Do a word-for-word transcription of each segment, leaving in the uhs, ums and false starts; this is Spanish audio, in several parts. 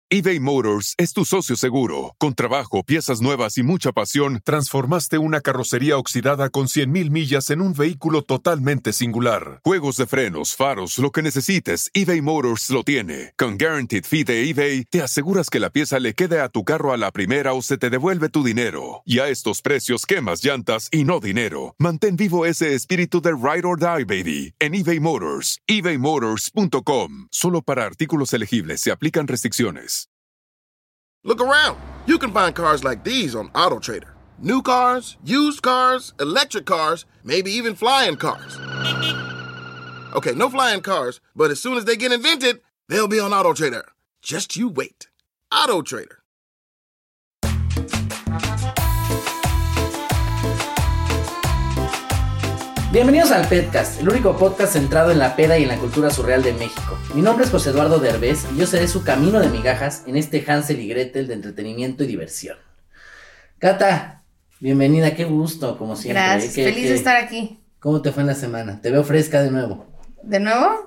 eBay Motors es tu socio seguro. Con trabajo, piezas nuevas y mucha pasión, transformaste una carrocería oxidada con cien mil millas en un vehículo totalmente singular. Juegos de frenos, faros, lo que necesites, eBay Motors lo tiene. Con Guaranteed Fee de eBay, te aseguras que la pieza le quede a tu carro a la primera o se te devuelve tu dinero. Y a estos precios, quemas llantas y no dinero. Mantén vivo ese espíritu de Ride or Die, baby, en eBay Motors. ebay motors punto com. Solo para artículos elegibles se aplican restricciones. Look around. You can find cars like these on AutoTrader. New cars, used cars, electric cars, maybe even flying cars. Okay, no flying cars, but as soon as they get invented, they'll be on AutoTrader. Just you wait. AutoTrader. Bienvenidos al Pedcast, el único podcast centrado en la peda y en la cultura surreal de México. Mi nombre es José Eduardo Derbez y yo seré su camino de migajas en este Hansel y Gretel de entretenimiento y diversión. Cata, bienvenida, qué gusto, como siempre. Gracias, ¿Qué, feliz qué, de estar aquí. ¿Cómo te fue en la semana? Te veo fresca de nuevo. ¿De nuevo?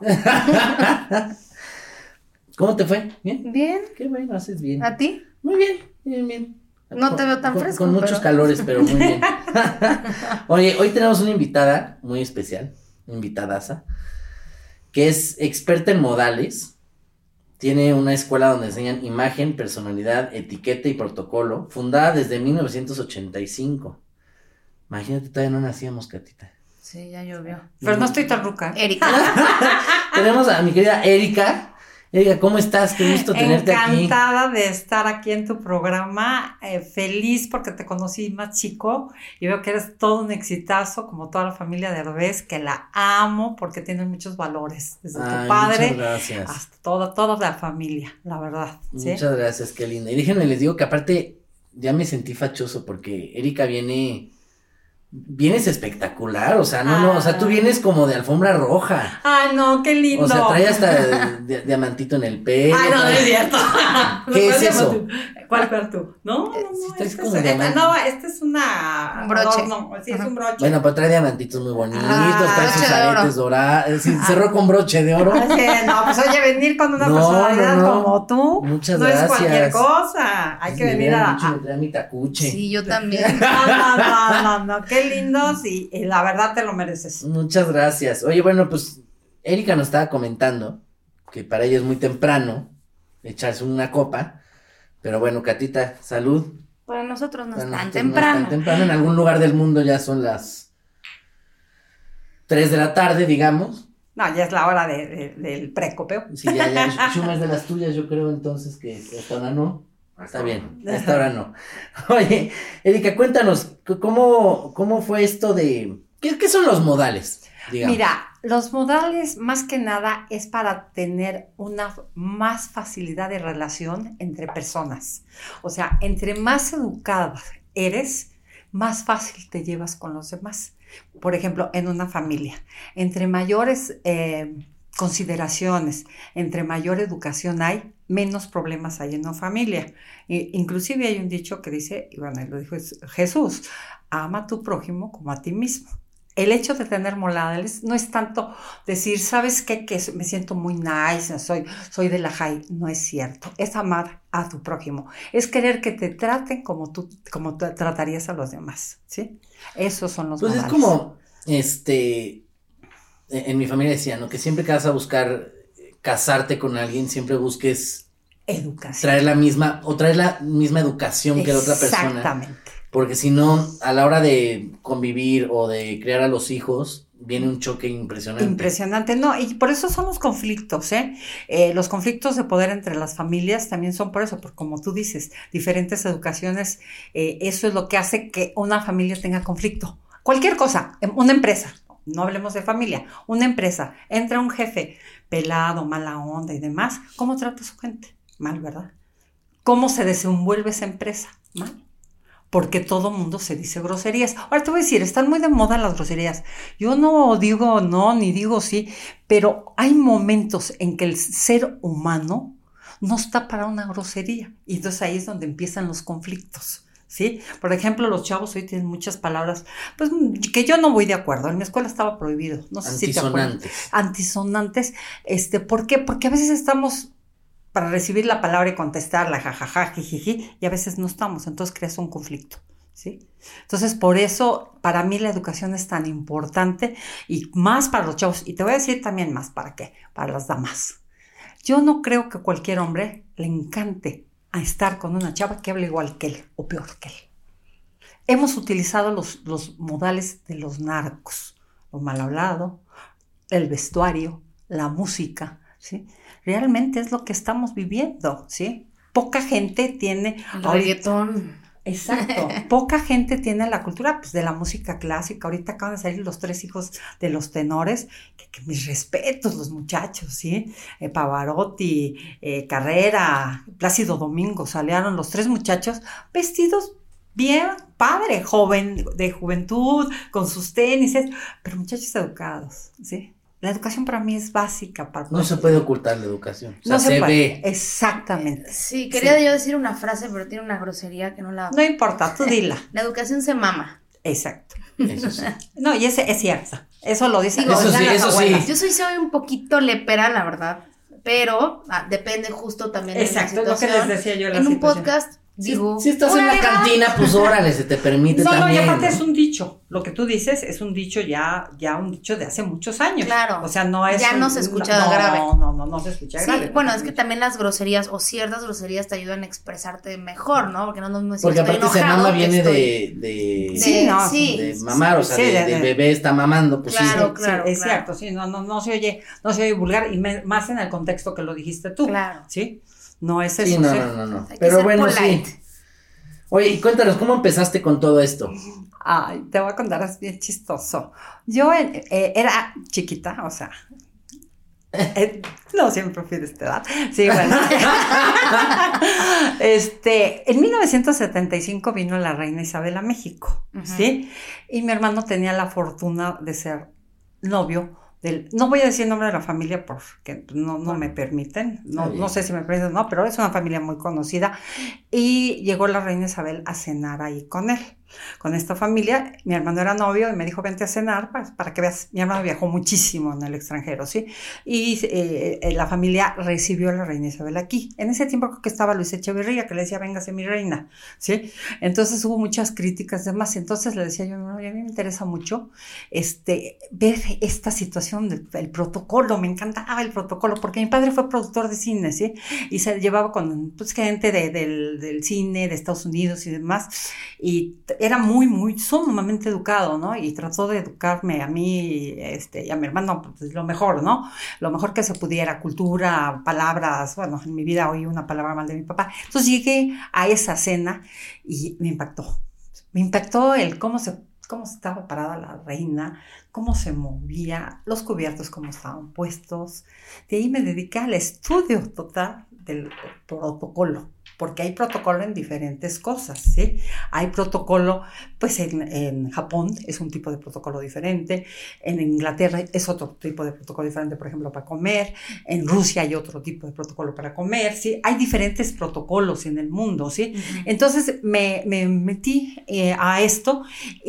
¿Cómo te fue? ¿Bien? Bien. Qué bueno, haces bien. ¿A ti? Muy bien, bien, bien. No con, te veo tan con, fresco. Con muchos pero... calores, pero muy bien. Oye, hoy tenemos una invitada muy especial, invitadaza, que es experta en modales. Tiene una escuela donde enseñan imagen, personalidad, etiqueta y protocolo, fundada desde mil novecientos ochenta y cinco. Imagínate, todavía no nacíamos, Catita. Sí, ya llovió. Pero no estoy tan ruca. Erika. Tenemos a mi querida Erika. Erika, ¿cómo estás? Qué gusto tenerte aquí. Encantada de estar aquí en tu programa, eh, feliz porque te conocí más chico y veo que eres todo un exitazo, como toda la familia de Derbez, que la amo porque tienen muchos valores, desde Ay, tu padre muchas gracias. hasta toda, toda la familia, la verdad. ¿sí? Muchas gracias, qué linda. Y déjenme les digo que aparte ya me sentí fachoso porque Erika viene... Vienes espectacular, o sea, no, ah. no, o sea, tú vienes como de alfombra roja. Ay, no, qué lindo. O sea, trae hasta di- diamantito en el pelo. Ay, no, no trae... es cierto. ¿Qué es eso? ¿Cuál, cuál tú? No, no, no. Sí, traes Este como es, diamante. no, este es una... Un broche. No, no, sí, es un broche. Bueno, pues trae diamantitos muy bonitos, Ah, trae sus broche de oro. aretes dorados, sí, cerró con broche de oro. Oye, no, pues oye, venir con una No, personalidad no, no. como tú, Muchas no gracias. es cualquier cosa, hay que Me venir hubieran a... dicho, a- me trae mi tacuche. Sí, yo también. No, no, no, no, no, qué lindos y, y la verdad te lo mereces. Muchas gracias. Oye, bueno, pues Erika nos estaba comentando que para ella es muy temprano echarse una copa, pero bueno, Catita, salud. Para nosotros no Para es tan nosotros no es temprano. tan temprano. En algún lugar del mundo ya son las tres de la tarde, digamos. No, ya es la hora de, de- del precopeo. Sí, ya, ya, Shuma es de las tuyas, yo creo entonces que hasta ahora no. Está bien, hasta ahora no. Oye, Erika, cuéntanos, c- ¿cómo, cómo fue esto de... ¿Qué, qué son los modales? Digamos. Mira, los modales más que nada es para tener una más facilidad de relación entre personas. O sea, entre más educada eres, más fácil te llevas con los demás. Por ejemplo, en una familia, entre mayores eh, consideraciones, entre mayor educación hay, menos problemas hay en una familia. E, inclusive hay un dicho que dice, y bueno, lo dijo Jesús, ama a tu prójimo como a ti mismo. El hecho de tener modales no es tanto decir, ¿sabes qué? Que me siento muy nice, soy, soy de la high. No es cierto. Es amar a tu prójimo. Es querer que te traten como tú, como tú tratarías a los demás, ¿sí? Esos son los Pues modales. es como, este, en mi familia decían, ¿no? Que siempre que vas a buscar casarte con alguien, siempre busques Educación. traer la misma, o traer la misma educación que la otra persona. Exactamente. Porque si no, a la hora de convivir o de criar a los hijos, viene un choque impresionante. Impresionante, no, y por eso son los conflictos, ¿eh? Eh, los conflictos de poder entre las familias también son por eso, porque como tú dices, diferentes educaciones, eh, eso es lo que hace que una familia tenga conflicto. Cualquier cosa, una empresa, no hablemos de familia, una empresa, entra un jefe pelado, mala onda y demás, ¿cómo trata a su gente? Mal, ¿verdad? ¿Cómo se desenvuelve esa empresa? Mal. Porque todo mundo se dice groserías. Ahora te voy a decir, están muy de moda las groserías. Yo no digo no, ni digo sí, pero hay momentos en que el ser humano no está para una grosería. Y entonces ahí es donde empiezan los conflictos, ¿sí? Por ejemplo, los chavos hoy tienen muchas palabras, pues, que yo no voy de acuerdo. En mi escuela estaba prohibido. No sé si te acuerdas. Antisonantes. Antisonantes. Este, ¿por qué? Porque a veces estamos para recibir la palabra y contestarla, jajaja, jijiji, y a veces no estamos, entonces creas un conflicto, ¿sí? Entonces, por eso, para mí la educación es tan importante, y más para los chavos, y te voy a decir también más, ¿para qué? Para las damas. Yo no creo que cualquier hombre le encante a estar con una chava que hable igual que él, o peor que él. Hemos utilizado los, los modales de los narcos, lo mal hablado, el vestuario, la música, ¿sí? Realmente es lo que estamos viviendo, ¿sí? Poca gente tiene... El ahorita- reggaetón. Exacto, poca gente tiene la cultura pues, de la música clásica. Ahorita acaban de salir los tres hijos de los tenores, que, que mis respetos, los muchachos, ¿sí? Eh, Pavarotti, eh, Carrera, Plácido Domingo, salieron los tres muchachos vestidos bien padre, joven, de juventud, con sus tenis, pero muchachos educados, ¿sí? La educación para mí es básica. Para No se puede ocultar la educación. O sea, no se, se puede. ve. Exactamente. Sí, quería Sí. yo decir una frase, pero tiene una grosería que no la... No importa, tú dila. La educación se mama. Exacto. Eso sí. No, y ese es cierto. Eso lo dicen Digo, lo eso dicen sí, las eso sí. abuelas. Yo soy, soy un poquito lepera, la verdad, pero ah, depende justo también Exacto, de es la lo que situación. les decía yo en la En un situación. podcast, Si, digo... si estás en la "Órale, va". cantina, pues órale, se te permite No, no, y también. aparte ¿no? es un dicho. Lo que tú dices es un dicho ya, ya un dicho de hace muchos años. Claro. O sea, no es. Ya un- no se escucha no, grave. No, no, no, no se escucha Sí, grave. bueno, es que también las groserías o ciertas groserías te ayudan a expresarte mejor, ¿no? Porque no no me Porque estoy aparte se enojado, mama que viene estoy- de, de, Sí, no, sí. de mamar, o sea, Sí, de, de- del de- bebé está mamando, pues Claro. sí. Sí, es claro. cierto, sí, no, no, no se oye, no se oye vulgar, y me- más en el contexto que lo dijiste tú. Claro. ¿Sí? No es eso. Sí, no, ¿sí? no, no, no. Hay que Pero ser bueno, polite. sí. Oye, y cuéntanos, ¿cómo empezaste con todo esto? Ay, te voy a contar, es bien chistoso. Yo eh, eh, era chiquita, o sea, eh, no siempre fui de esta edad. Sí, bueno. este, en mil novecientos setenta y cinco vino la reina Isabel a México, Ujú. ¿sí? Y mi hermano tenía la fortuna de ser novio del, no voy a decir el nombre de la familia porque no, no me permiten, no, no sé si me permiten o no, pero es una familia muy conocida, y llegó la reina Isabel a cenar ahí con él, con esta familia. Mi hermano era novio y me dijo, vente a cenar para, para que veas. Mi hermano viajó muchísimo en el extranjero, ¿sí? Y eh, eh, la familia recibió a la reina Isabel aquí. En ese tiempo creo que estaba Luis Echeverría, que le decía, véngase mi reina, ¿sí? Entonces hubo muchas críticas y demás. Entonces le decía yo, no, a mí me interesa mucho este, ver esta situación del, del protocolo. Me encantaba el protocolo porque mi padre fue productor de cine, ¿sí? Y se llevaba con pues, gente de, del, del cine de Estados Unidos y demás. Y era muy, muy sumamente educado, ¿no? Y trató de educarme a mí este, y a mi hermano pues, lo mejor, ¿no? Lo mejor que se pudiera, cultura, palabras. Bueno, en mi vida oí una palabra mal de mi papá. Entonces llegué a esa cena y me impactó. Me impactó el cómo se, cómo estaba parada la reina, cómo se movía, los cubiertos cómo estaban puestos. De ahí me dediqué al estudio total del protocolo, porque hay protocolo en diferentes cosas, ¿sí? Hay protocolo, pues en, en Japón es un tipo de protocolo diferente, en Inglaterra es otro tipo de protocolo diferente, por ejemplo, para comer, en Rusia hay otro tipo de protocolo para comer, ¿sí? Hay diferentes protocolos en el mundo, ¿sí? Ujú. Entonces me, me metí eh, a esto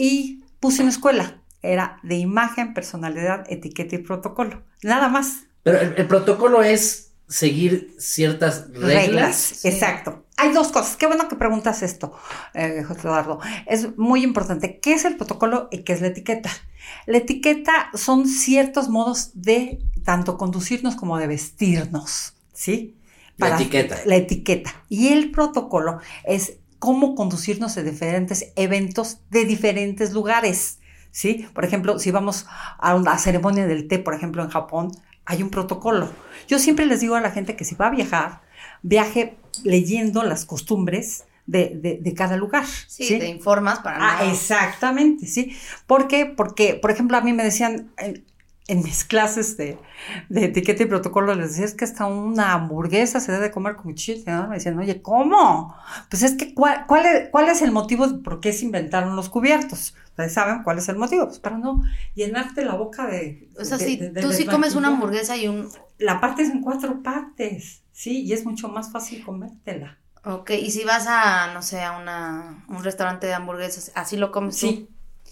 y puse una escuela, era de imagen, personalidad, etiqueta y protocolo, nada más. Pero el, el protocolo es seguir ciertas reglas. Reglas, Sí. exacto. Hay dos cosas. Qué bueno que preguntas esto, eh, José Eduardo. Es muy importante. ¿Qué es el protocolo y qué es la etiqueta? La etiqueta son ciertos modos de tanto conducirnos como de vestirnos, ¿sí? La etiqueta. La etiqueta. Y el protocolo es cómo conducirnos en diferentes eventos de diferentes lugares, ¿sí? Por ejemplo, si vamos a una ceremonia del té, por ejemplo, en Japón, hay un protocolo. Yo siempre les digo a la gente que si va a viajar, viaje leyendo las costumbres de, de, de cada lugar. Sí, ¿sí? te informas para Ah, no... exactamente, sí. ¿Por qué? Porque, por ejemplo, a mí me decían en, en mis clases de, de etiqueta y protocolo, les decía, es que hasta una hamburguesa se debe comer con cuchillo, ¿no? Me decían, oye, ¿cómo? Pues es que, ¿cuál, cuál, es, ¿cuál es el motivo de por qué se inventaron los cubiertos? Ustedes saben cuál es el motivo, pues para no llenarte la boca de... O sea, de- si de- de- tú de sí comes una maquillaje. hamburguesa y un... La partes en cuatro partes, sí, y es mucho más fácil comértela. Ok, y si vas a, no sé, a una, un restaurante de hamburguesas, ¿así lo comes tú? Sí,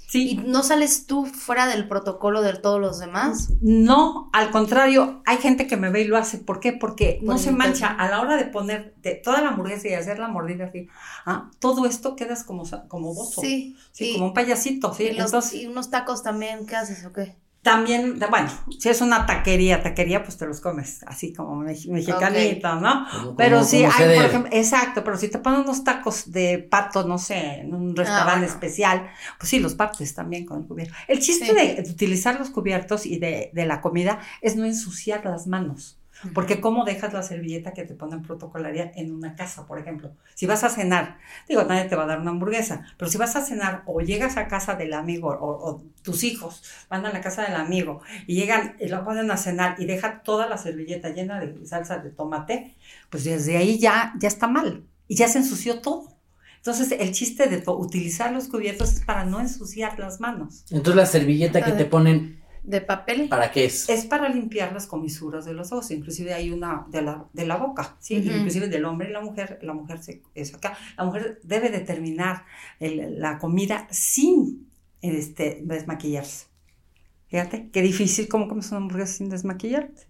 Sí. ¿Y no sales tú fuera del protocolo de todos los demás? No, al contrario, hay gente que me ve y lo hace. ¿Por qué? Porque Por no se internet. mancha. A la hora de poner de toda la hamburguesa y hacer la mordida así, ah, todo esto quedas como, sa- como bozo. Sí. Sí, y, como un payasito, sí. y, los- Entonces, y unos tacos también, ¿qué haces o qué? también, de- bueno, si es una taquería, taquería, pues te los comes, así como mex- mexicanito, ¿no? Como- Pero como- sí, como se hay, por debe. ejemplo, exacto, pero si te ponen unos tacos de pato, no sé, en un restaurante bueno. especial, pues sí, los partes también con el cubierto. El chiste Sí. de, de utilizar los cubiertos y de, de la comida es no ensuciar las manos. Porque cómo dejas la servilleta que te ponen protocolaria en una casa, por ejemplo. Si vas a cenar, digo, nadie te va a dar una hamburguesa, pero si vas a cenar o llegas a casa del amigo o, o tus hijos van a la casa del amigo y llegan y lo ponen a cenar y dejan toda la servilleta llena de salsa de tomate, pues desde ahí ya, ya está mal y ya se ensució todo. Entonces, el chiste de to- utilizar los cubiertos es para no ensuciar las manos. Entonces la servilleta que A te ver. ponen, ¿De papel? ¿para qué es? Es para limpiar las comisuras de los ojos, inclusive hay una de la, de la boca, ¿sí? Ujú. Inclusive del hombre y la mujer, la mujer se, es acá. La mujer debe de terminar el- la comida sin este, desmaquillarse. Fíjate, qué difícil, ¿cómo comes una hamburguesa sin desmaquillarte?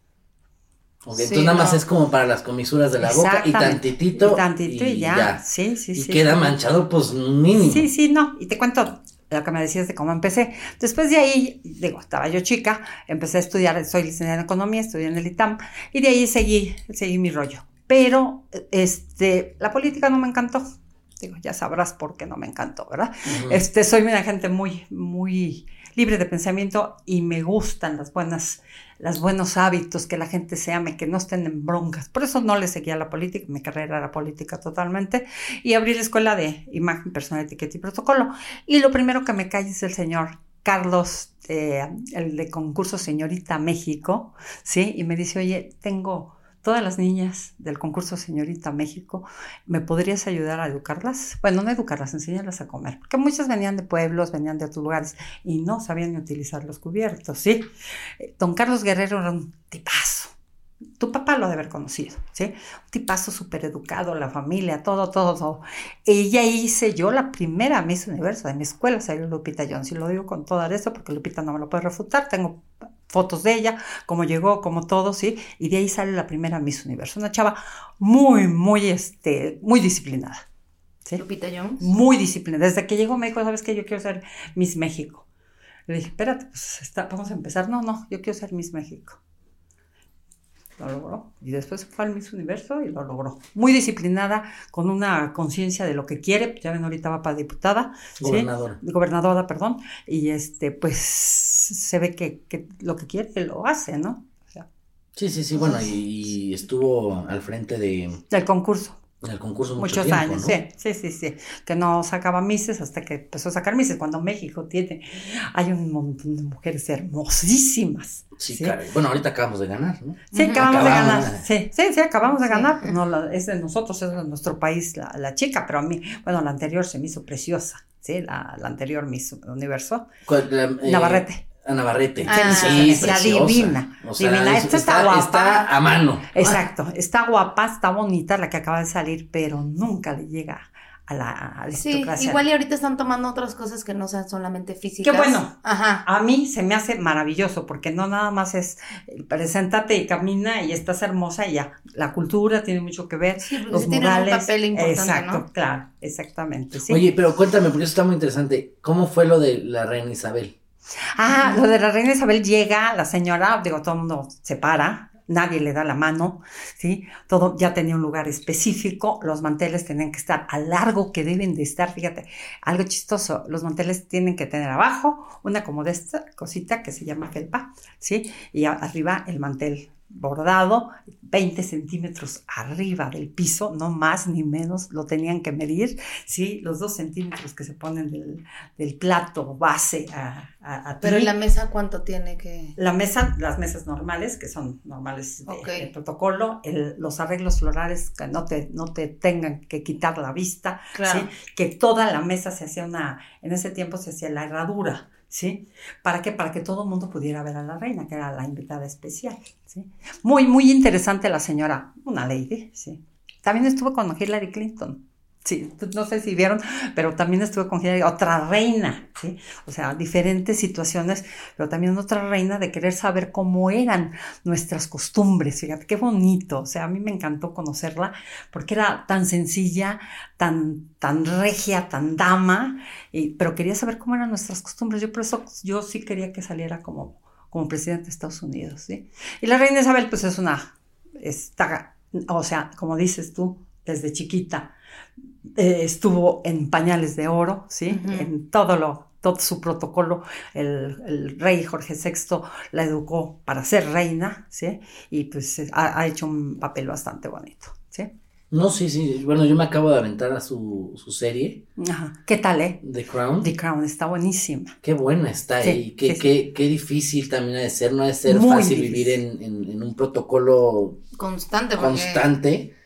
Ok, Sí, entonces nada más no. es como para las comisuras de la boca y Exactamente. tantitito. Y tantito y ya. Sí, sí, y sí. queda sí. manchado, pues mínimo. Sí, sí, no. Y te cuento lo que me decías de cómo empecé. Después de ahí, digo, estaba yo chica, empecé a estudiar, soy licenciada en economía, estudié en el I T A M, y de ahí seguí, seguí mi rollo. Pero, este, la política no me encantó. Digo, ya sabrás por qué no me encantó, ¿verdad? Ujú. Este, soy una gente muy, muy libre de pensamiento y me gustan las buenas, los buenos hábitos, que la gente se ame, que no estén en broncas. Por eso no le seguía la política, mi carrera era política totalmente, y abrí la escuela de imagen, personal, etiqueta y protocolo. Y lo primero que me cae es el señor Carlos, eh, el de concurso Señorita México, ¿sí? Y me dice, oye, tengo todas las niñas del concurso Señorita México, ¿me podrías ayudar a educarlas? Bueno, no educarlas, enseñarlas a comer, porque muchas venían de pueblos, venían de otros lugares y no sabían ni utilizar los cubiertos, ¿sí? Don Carlos Guerrero era un tipazo. Tu papá lo ha de haber conocido, ¿sí? Un tipazo súper educado, la familia, todo, todo, todo. Y ya hice yo la primera Miss Universo de mi escuela, salió Lupita Jones, y lo digo con todo esto porque Lupita no me lo puede refutar, tengo fotos de ella, cómo llegó, como todo, ¿sí? Y de ahí sale la primera Miss Universo, una chava muy, muy, este, muy disciplinada, ¿sí? Lupita Jones. Muy disciplinada. Desde que llegó me dijo, ¿sabes qué? Yo quiero ser Miss México. Le dije, espérate, pues está, vamos a empezar. No, no, yo quiero ser Miss México. Lo logró. Y después fue al Miss Universo y lo logró. Muy disciplinada, con una conciencia de lo que quiere. Ya ven, ahorita va para diputada. Gobernadora. ¿sí? Gobernadora, perdón. Y este, pues se ve que, que lo que quiere lo hace, ¿no? O sea, Sí, sí, sí, bueno, y, y estuvo al frente de, del concurso. del concurso mucho Muchos tiempo, años, ¿no? sí, sí, sí, sí, que no sacaba mises hasta que empezó a sacar mises, cuando México tiene, hay un montón de mujeres hermosísimas. Sí, Sí, caray. Bueno, ahorita acabamos de ganar, ¿no? sí, acabamos, Acabamos. de ganar, sí, sí, sí, acabamos de Sí. ganar, pues no, la- es de nosotros, es de nuestro país la, la chica, pero a mí, bueno, la anterior se me hizo preciosa, sí, la, la anterior Miss Universo, ¿Cuál, la, eh, Navarrete. a Navarrete. Ah, sí, se me hacía preciosa. divina, O sea, divina. es- Esta está está, guapa. está a mano. Exacto, está guapa, está bonita la que acaba de salir, pero nunca le llega a la Sí, aristocracia. igual y ahorita están tomando otras cosas que no sean solamente físicas. Qué bueno. Ajá. A mí se me hace maravilloso, porque no nada más es eh, preséntate y camina y estás hermosa y ya. La cultura tiene mucho que ver, Sí, porque los sí tienen un modales. papel importante, Exacto, ¿no? claro, exactamente. Sí. Oye, pero cuéntame, porque eso está muy interesante. ¿Cómo fue lo de la reina Isabel? Ah, lo de la reina Isabel llega, la señora, digo, todo el mundo se para, nadie le da la mano, ¿sí? Todo ya tenía un lugar específico, los manteles tenían que estar al largo que deben de estar, fíjate, algo chistoso, los manteles tienen que tener abajo una como de esta cosita que se llama felpa, ¿sí? Y a- arriba el mantel bordado, veinte centímetros arriba del piso, no más ni menos, lo tenían que medir, ¿sí? Los dos centímetros que se ponen del, del plato base a, a, a Pero ti. ¿y la mesa cuánto tiene que...? La mesa, las mesas normales, que son normales de, Ok. de protocolo, el- los arreglos florales que no te, no te tengan que quitar la vista, Claro. ¿sí? Que toda la mesa se hacía una, en ese tiempo se hacía la herradura, ¿sí? ¿Para qué? Para que todo el mundo pudiera ver a la reina, que era la invitada especial, ¿sí? Muy, muy interesante la señora, una lady, ¿sí? También estuvo con Hillary Clinton. Sí, no sé si vieron, pero también estuve con otra reina, ¿sí? O sea, diferentes situaciones, pero también otra reina de querer saber cómo eran nuestras costumbres. Fíjate, qué bonito. O sea, a mí me encantó conocerla porque era tan sencilla, tan, tan regia, tan dama, y, pero quería saber cómo eran nuestras costumbres. Yo por eso, yo sí quería que saliera como, como presidente de Estados Unidos, ¿sí? Y la reina Isabel, pues es una, está, o sea, como dices tú, desde chiquita, Eh, estuvo en pañales de oro, ¿sí? Uh-huh. En todo lo, todo su protocolo, el, el rey Jorge sexto la educó para ser reina, ¿sí? Y pues ha, ha hecho un papel bastante bonito, ¿sí? No, sí, sí, bueno, yo me acabo de aventar a su, su serie. Ajá. ¿Qué tal, eh? The Crown. The Crown, está buenísima. Qué buena está sí, ahí, qué, sí, qué, sí. qué difícil también ha de ser, no ha de ser Muy fácil difícil. vivir en, en, en un protocolo constante, porque... constante.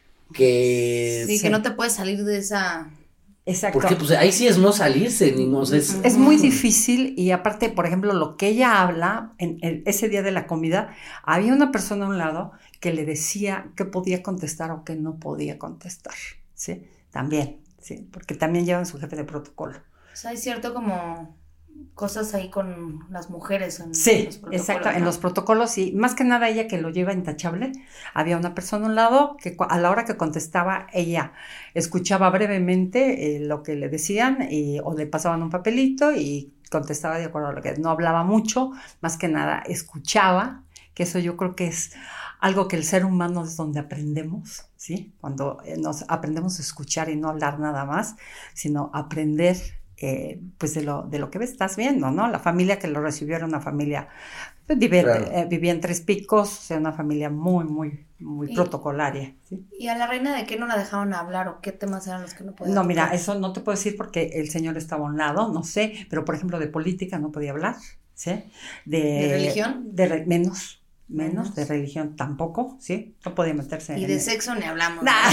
Que sí, sí, que no te puedes salir de esa... Exacto. Porque pues ahí sí es no salirse, ni no sé. Es, es muy difícil y aparte, por ejemplo, lo que ella habla, en, en ese día de la comida, había una persona a un lado que le decía qué podía contestar o qué no podía contestar, ¿sí? También, ¿sí? Porque también llevan su jefe de protocolo. O sea, es cierto como... cosas ahí con las mujeres en sí, los protocolos. Exacto, ¿no? en los protocolos y más que nada ella que lo lleva intachable, había una persona a un lado que a la hora que contestaba ella escuchaba brevemente eh, lo que le decían y, o le pasaban un papelito y contestaba de acuerdo a lo que no hablaba mucho, más que nada escuchaba, que eso yo creo que es algo que el ser humano es donde aprendemos, ¿sí? Cuando nos aprendemos a escuchar y no hablar nada más, sino aprender Eh, pues de lo, de lo que estás viendo, ¿no? La familia que lo recibió era una familia, pues, vive, claro. eh, vivía en Tres Picos, o sea, una familia muy, muy, muy y, protocolaria, ¿sí? ¿Y a la reina de qué no la dejaron hablar o qué temas eran los que no podía No, tocar? mira, eso no te puedo decir porque el señor estaba a un lado, no sé, pero por ejemplo de política no podía hablar, ¿sí? De, ¿De religión? De re, menos. Menos, Menos de religión tampoco, ¿sí? No podía meterse y en... de el... sexo ni hablamos. Nah.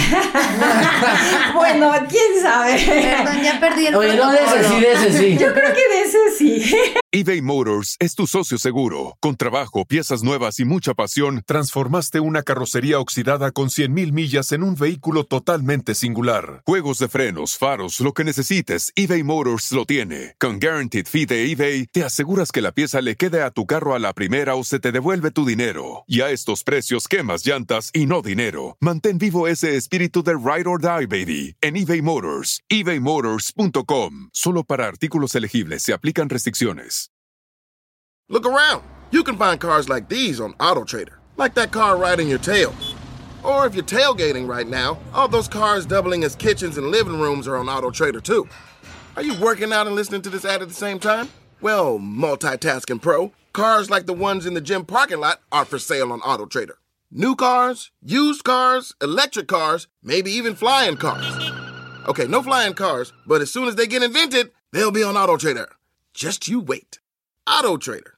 Bueno, quién sabe. Perdón, ya perdí el Oye, no, de ese sí, de ese sí. Yo creo que de ese sí. eBay Motors es tu socio seguro. Con trabajo, piezas nuevas y mucha pasión, transformaste una carrocería oxidada con cien mil millas en un vehículo totalmente singular. Juegos de frenos, faros, lo que necesites, eBay Motors lo tiene. Con Guaranteed Fee de eBay, te aseguras que la pieza le quede a tu carro a la primera o se te devuelve tu dinero. Y a estos precios, quemas llantas y no dinero. Mantén vivo ese espíritu de Ride or Die, baby, en eBay Motors. ebay motors punto com. Solo para artículos elegibles se aplican restricciones. Look around. You can find cars like these on AutoTrader, like that car riding your tail. Or if you're tailgating right now, all those cars doubling as kitchens and living rooms are on AutoTrader too. Are you working out and listening to this ad at the same time? Well, multitasking pro, cars like the ones in the gym parking lot are for sale on AutoTrader. New cars, used cars, electric cars, maybe even flying cars. Okay, no flying cars, but as soon as they get invented, they'll be on AutoTrader. Just you wait. AutoTrader.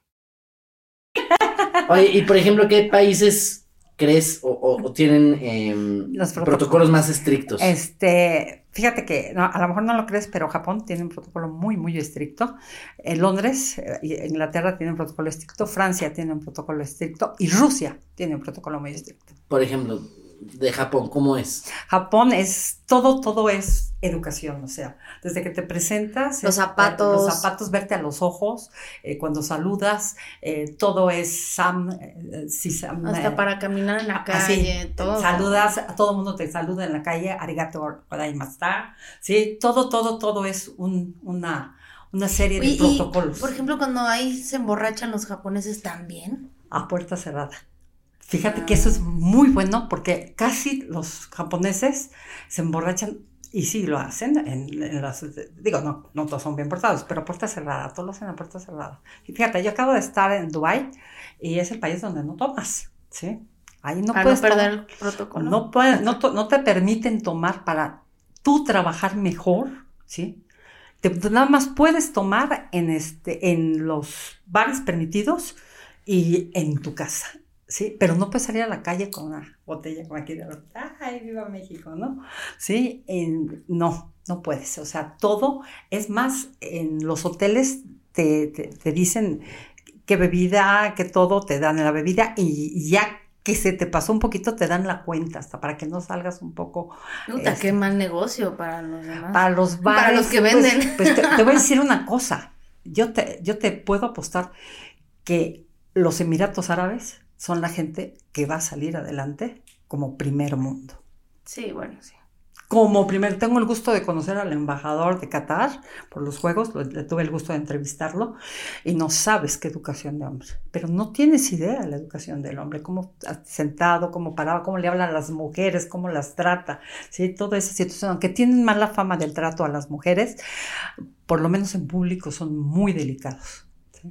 Oye, y por ejemplo, ¿qué países crees o, o, o tienen eh, Los protocolos. protocolos más estrictos? Este, fíjate que no, a lo mejor no lo crees, pero Japón tiene un protocolo muy, muy estricto. En Londres, eh, Inglaterra tiene un protocolo estricto, Francia tiene un protocolo estricto y Rusia tiene un protocolo muy estricto. Por ejemplo, de Japón, ¿cómo es? Japón es, todo, todo es educación, o sea, desde que te presentas. Los es, zapatos. Los zapatos, verte a los ojos, eh, cuando saludas, eh, todo es Sam, eh, sí, Sam. Hasta eh, para caminar en la calle, así, todo. Saludas, a todo el mundo te saluda en la calle, arigato gozaimashita, sí, todo, todo, todo es un, una, una serie de y, protocolos. Y, por ejemplo, cuando ahí se emborrachan los japoneses también. A puerta cerrada. Fíjate ah. que eso es muy bueno porque casi los japoneses se emborrachan y sí lo hacen en, en las, digo, no, no todos son bien portados, pero a puerta cerrada, todos lo hacen a puerta cerrada. Y fíjate, yo acabo de estar en Dubái y es el país donde no tomas, ¿sí? Ahí no para puedes no perder tomar, el protocolo. No, puede, no, to, no te permiten tomar para tú trabajar mejor, ¿sí? Te, nada más puedes tomar en, este, en los bares permitidos y en tu casa, ¿sí? Pero no puedes salir a la calle con una botella como aquí de ¡ay, viva México!, ¿no? ¿Sí? En, no, no puedes. O sea, todo, es más, en los hoteles te, te, te dicen qué bebida, qué todo, te dan la bebida y ya que se te pasó un poquito, te dan la cuenta, hasta para que no salgas un poco. Puta, este, qué mal negocio para los demás. Para los bares. Para los que pues, venden. Pues te, te voy a decir una cosa. Yo te, yo te puedo apostar que los Emiratos Árabes son la gente que va a salir adelante como primer mundo. Sí, bueno, sí. Como primer, tengo el gusto de conocer al embajador de Qatar por los Juegos, lo, le tuve el gusto de entrevistarlo, y no sabes qué educación de hombre, pero no tienes idea de la educación del hombre, cómo sentado, cómo paraba, cómo le habla a las mujeres, cómo las trata, ¿sí? Toda esa situación, aunque tienen mala fama del trato a las mujeres, por lo menos en público son muy delicados. ¿Sí?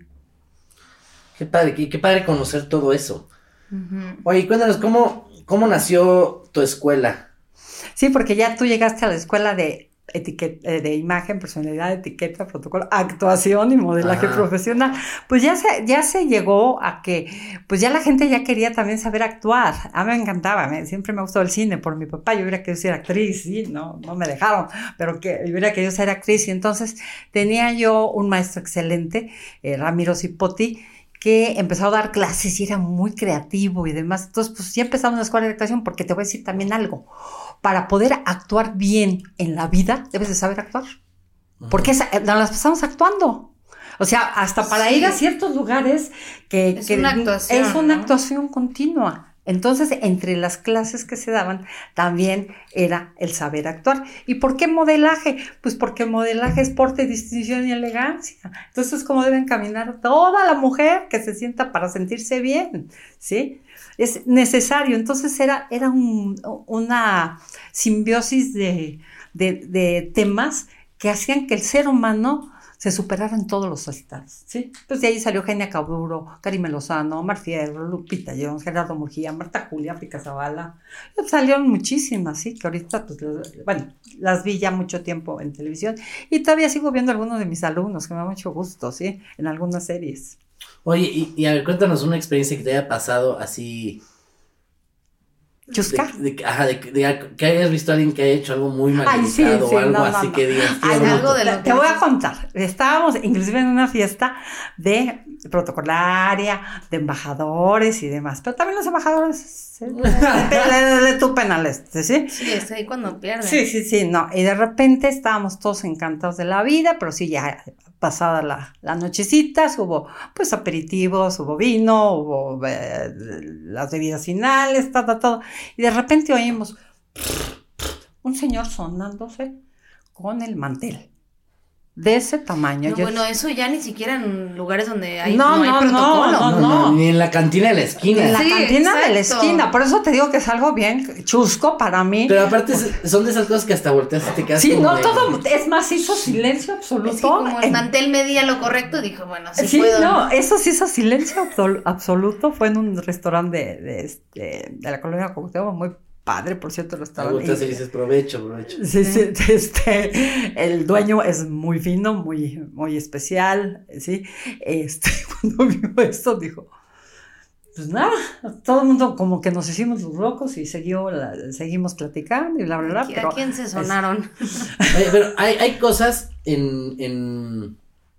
Qué padre, qué, qué padre conocer todo eso. Uh-huh. Oye, cuéntanos, ¿cómo, cómo nació tu escuela? Sí, porque ya tú llegaste a la escuela de etiqueta, de imagen, personalidad, etiqueta, protocolo, actuación y modelaje Ajá. profesional. Pues ya se, ya se llegó a que, pues ya la gente ya quería también saber actuar. A mí me encantaba, me, siempre me gustó el cine por mi papá. Yo hubiera querido ser actriz, sí, no, no me dejaron, pero que yo hubiera querido ser actriz. Y entonces tenía yo un maestro excelente, eh, Ramiro Cipotti, que empezó a dar clases y era muy creativo y demás. Entonces, pues ya empezamos la escuela de actuación, porque te voy a decir también algo. Para poder actuar bien en la vida, debes de saber actuar. Porque esa, nos las pasamos actuando. O sea, hasta para Sí. ir a ciertos lugares que... Es que una actuación, Es una ¿no? actuación continua. Entonces, entre las clases que se daban, también era el saber actuar. ¿Y por qué modelaje? Pues porque el modelaje es porte, distinción y elegancia. Entonces, es como deben caminar toda la mujer que se sienta para sentirse bien, ¿sí? Es necesario. Entonces, era, era un, una simbiosis de, de, de temas que hacían que el ser humano se superara en todos los estados, ¿sí? Pues de ahí salió Eugenia Caburo, Karime Lozano, Omar Fierro, Lupita Jones, Gerardo Murguía, Marta Julia, África Zavala. Salieron muchísimas, ¿sí? Que ahorita, pues, bueno, las vi ya mucho tiempo en televisión y todavía sigo viendo algunos de mis alumnos, que me da mucho gusto, ¿sí? En algunas series. Oye, y, y a ver, cuéntanos una experiencia que te haya pasado así... ¿Chusca? De, de, ajá, de, de, que hayas visto a alguien que haya hecho algo muy mal Ay, sí, realizado sí, o algo no, no, así no. que digas, qué Ay, bruto. algo de lo te, que te voy a dices. contar. Estábamos inclusive en una fiesta de protocolaria, de embajadores y demás, pero también los embajadores ¿sí? de, de, de tu penal este, ¿sí? Sí, es ahí cuando pierden. Sí, sí, sí, no. Y de repente estábamos todos encantados de la vida, pero sí, ya pasada la, la nochecita, hubo pues aperitivos, hubo vino, hubo eh, las bebidas finales, todo, todo. Y de repente oímos un señor sonándose con el mantel. De ese tamaño. No, Yo- bueno, eso ya ni siquiera en lugares donde hay, No, no, hay no, protocolo. no, No, no, ni en la cantina de la esquina. en la Sí, cantina de la exacto. esquina. Por eso te digo que es algo bien chusco para mí. Pero aparte es- son de esas cosas que hasta volteas y te quedas Sí, como no, de- todo, es más, hizo silencio absoluto. Es que como el En- mantel medía lo correcto, dijo, bueno, sí, Sí, puedo. no, eso sí hizo silencio absol- absoluto. Fue en un restaurante de, de, este, de la colonia Cuauhtémoc, muy padre, por cierto, el Te restaurante. volteas y dices, provecho, provecho. Sí, sí, este, el dueño es muy fino, muy, muy especial, sí. Este, cuando vio esto, dijo, pues nada, todo el mundo como que nos hicimos los locos y siguió la- seguimos platicando y bla, bla, bla. ¿A pero quién se es- sonaron? Oye, pero hay, hay cosas en, en...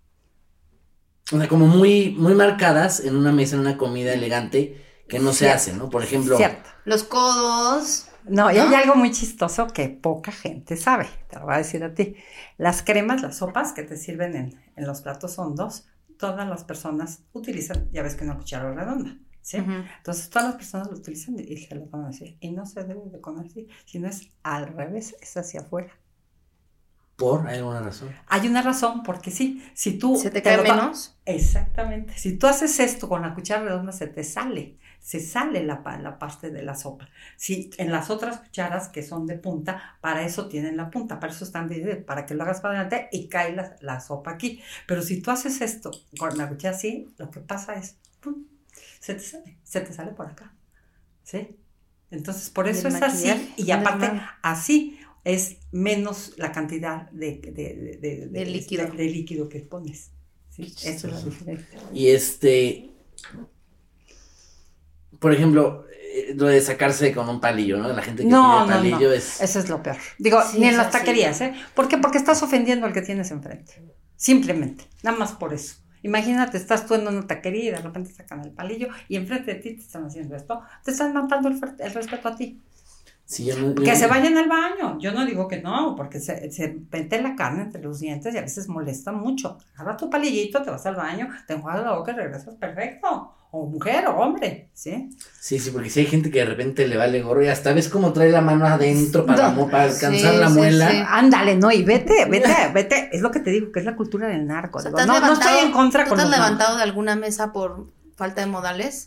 O sea, como muy, muy marcadas en una mesa, en una comida elegante, que no se Cierto. hacen, ¿no? Por ejemplo... Cierto. Los codos. No, y ¿No? hay algo muy chistoso que poca gente sabe, te lo voy a decir a ti. Las cremas, las sopas que te sirven en, en los platos hondos, todas las personas utilizan, ya ves que una cuchara redonda, ¿sí? Ujú. Entonces todas las personas lo utilizan y se lo comen así. Y no se debe de comer así, sino es al revés, es hacia afuera. ¿Por? ¿Hay alguna razón? Hay una razón, porque sí, si tú... ¿Se te cae lo to- menos? Exactamente. Si tú haces esto con la cuchara redonda, se te sale, se sale la, pa- la parte de la sopa. Si en las otras cucharas que son de punta, para eso tienen la punta, para eso están de, para que lo hagas para adelante y cae la, la sopa aquí. Pero si tú haces esto con la cuchara así, lo que pasa es, ¡pum!, se te sale, se te sale por acá, ¿sí? Entonces, por ¿Y eso el es así, maquillaje? y aparte, Normal. así es menos la cantidad de, de, de, de, De líquido. de- de líquido que pones. ¿Sí? Eso es la diferencia. Y este... Por ejemplo, eh, lo de sacarse con un palillo, ¿no? La gente que No, tiene no, palillo no. es... Eso es lo peor. Digo, Sí, ni en eso las sí. taquerías, ¿eh? ¿Por qué? Porque estás ofendiendo al que tienes enfrente. Simplemente. Nada más por eso. Imagínate, estás tú en una taquería y de repente sacan el palillo y enfrente de ti te están haciendo esto, te están matando el, el respeto a ti. Sí, yo no, yo Que no, se vayan al baño. Yo no digo que no, porque se, se mete la carne entre los dientes y a veces molesta mucho. Agarra tu palillito, te vas al baño, te enjuagas la boca y regresas perfecto. O mujer o hombre, ¿sí? Sí, sí, porque si hay gente que de repente le vale gorro y hasta ves cómo trae la mano adentro para, No. para alcanzar Sí, la sí, muela. sí. Ándale, no, y vete, vete, vete. Es lo que te digo, que es la cultura del narco. O sea, Digo, ¿te has no, no levantado- estoy en contra ¿tú con te has los narcos. levantado de alguna mesa por falta de modales?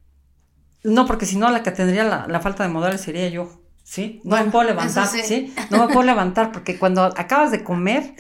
No, porque si no, la que tendría la, la falta de modales sería yo, ¿sí? No Bueno, me puedo levantar, eso sí. sí. No me puedo levantar, porque cuando acabas de comer,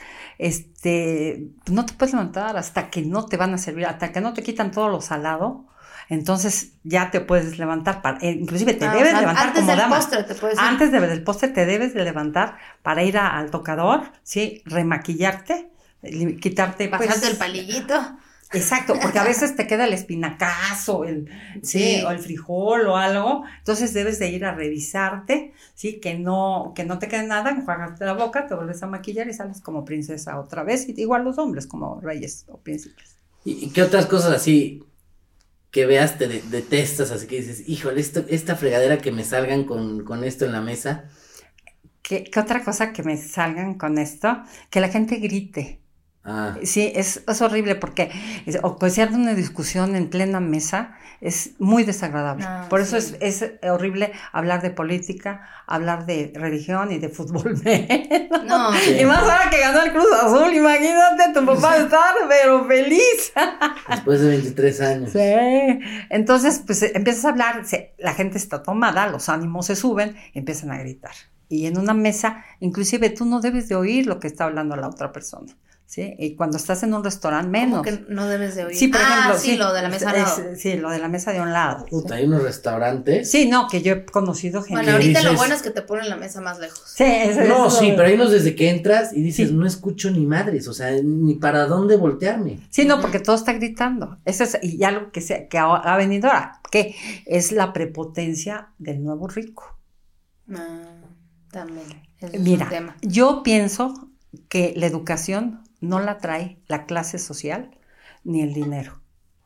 este, no te puedes levantar hasta que no te van a servir, hasta que no te quitan todo lo salado. Entonces ya te puedes levantar, para, eh, inclusive te Ah, debes o sea, levantar antes como del dama. postre te puedes ir. Antes de, del postre te debes de levantar para ir a, al tocador, ¿sí? Remaquillarte, li- quitarte, pues, Pasarte el palillito. exacto, porque a veces te queda el espinacazo, el, sí, Sí. o el frijol o algo, entonces debes de ir a revisarte, sí, que no, que no te quede nada, enjuagarte la boca, te vuelves a maquillar y sales como princesa otra vez, y igual los hombres como reyes o príncipes. ¿Y, y qué otras cosas así que veas te de- detestas? Así que dices, híjole, esto, esta fregadera que me salgan con, con esto en la mesa. ¿Qué, qué otra cosa que me salgan con esto? Que la gente grite. Ah, Sí, es, es horrible porque es- ocasionar una discusión en plena mesa es muy desagradable. Ah, Por eso sí. es, es horrible hablar de política, hablar de religión y de fútbol. No, Sí. Y más ahora que ganó el Cruz Azul, imagínate, tu papá estar pero feliz. después de veintitrés años. Sí. Entonces, pues empiezas a hablar, se- la gente está tomada, los ánimos se suben, empiezan a gritar. Y en una mesa, inclusive tú no debes de oír lo que está hablando la otra persona. ¿Sí? Y cuando estás en un restaurante, menos. ¿cómo que no debes de oír? Sí, por ah, ejemplo, sí, lo de la mesa al es- lado. sí, lo de la mesa de un lado. Puta, hay unos restaurantes. Sí, no, que yo he conocido gente. Bueno, ¿Qué ahorita lo dices? bueno es que te ponen la mesa más lejos. Sí, eso- No, eso- sí, pero hay unos desde que entras y dices, Sí. no escucho ni madres, o sea, ni para dónde voltearme. Sí, no, Ujú. porque todo está gritando. Eso es, y algo que, se, que ha, ha venido ahora, que es la prepotencia del nuevo rico. Ah, también. Ese es Mira, un tema. yo pienso que la educación no la trae la clase social ni el dinero.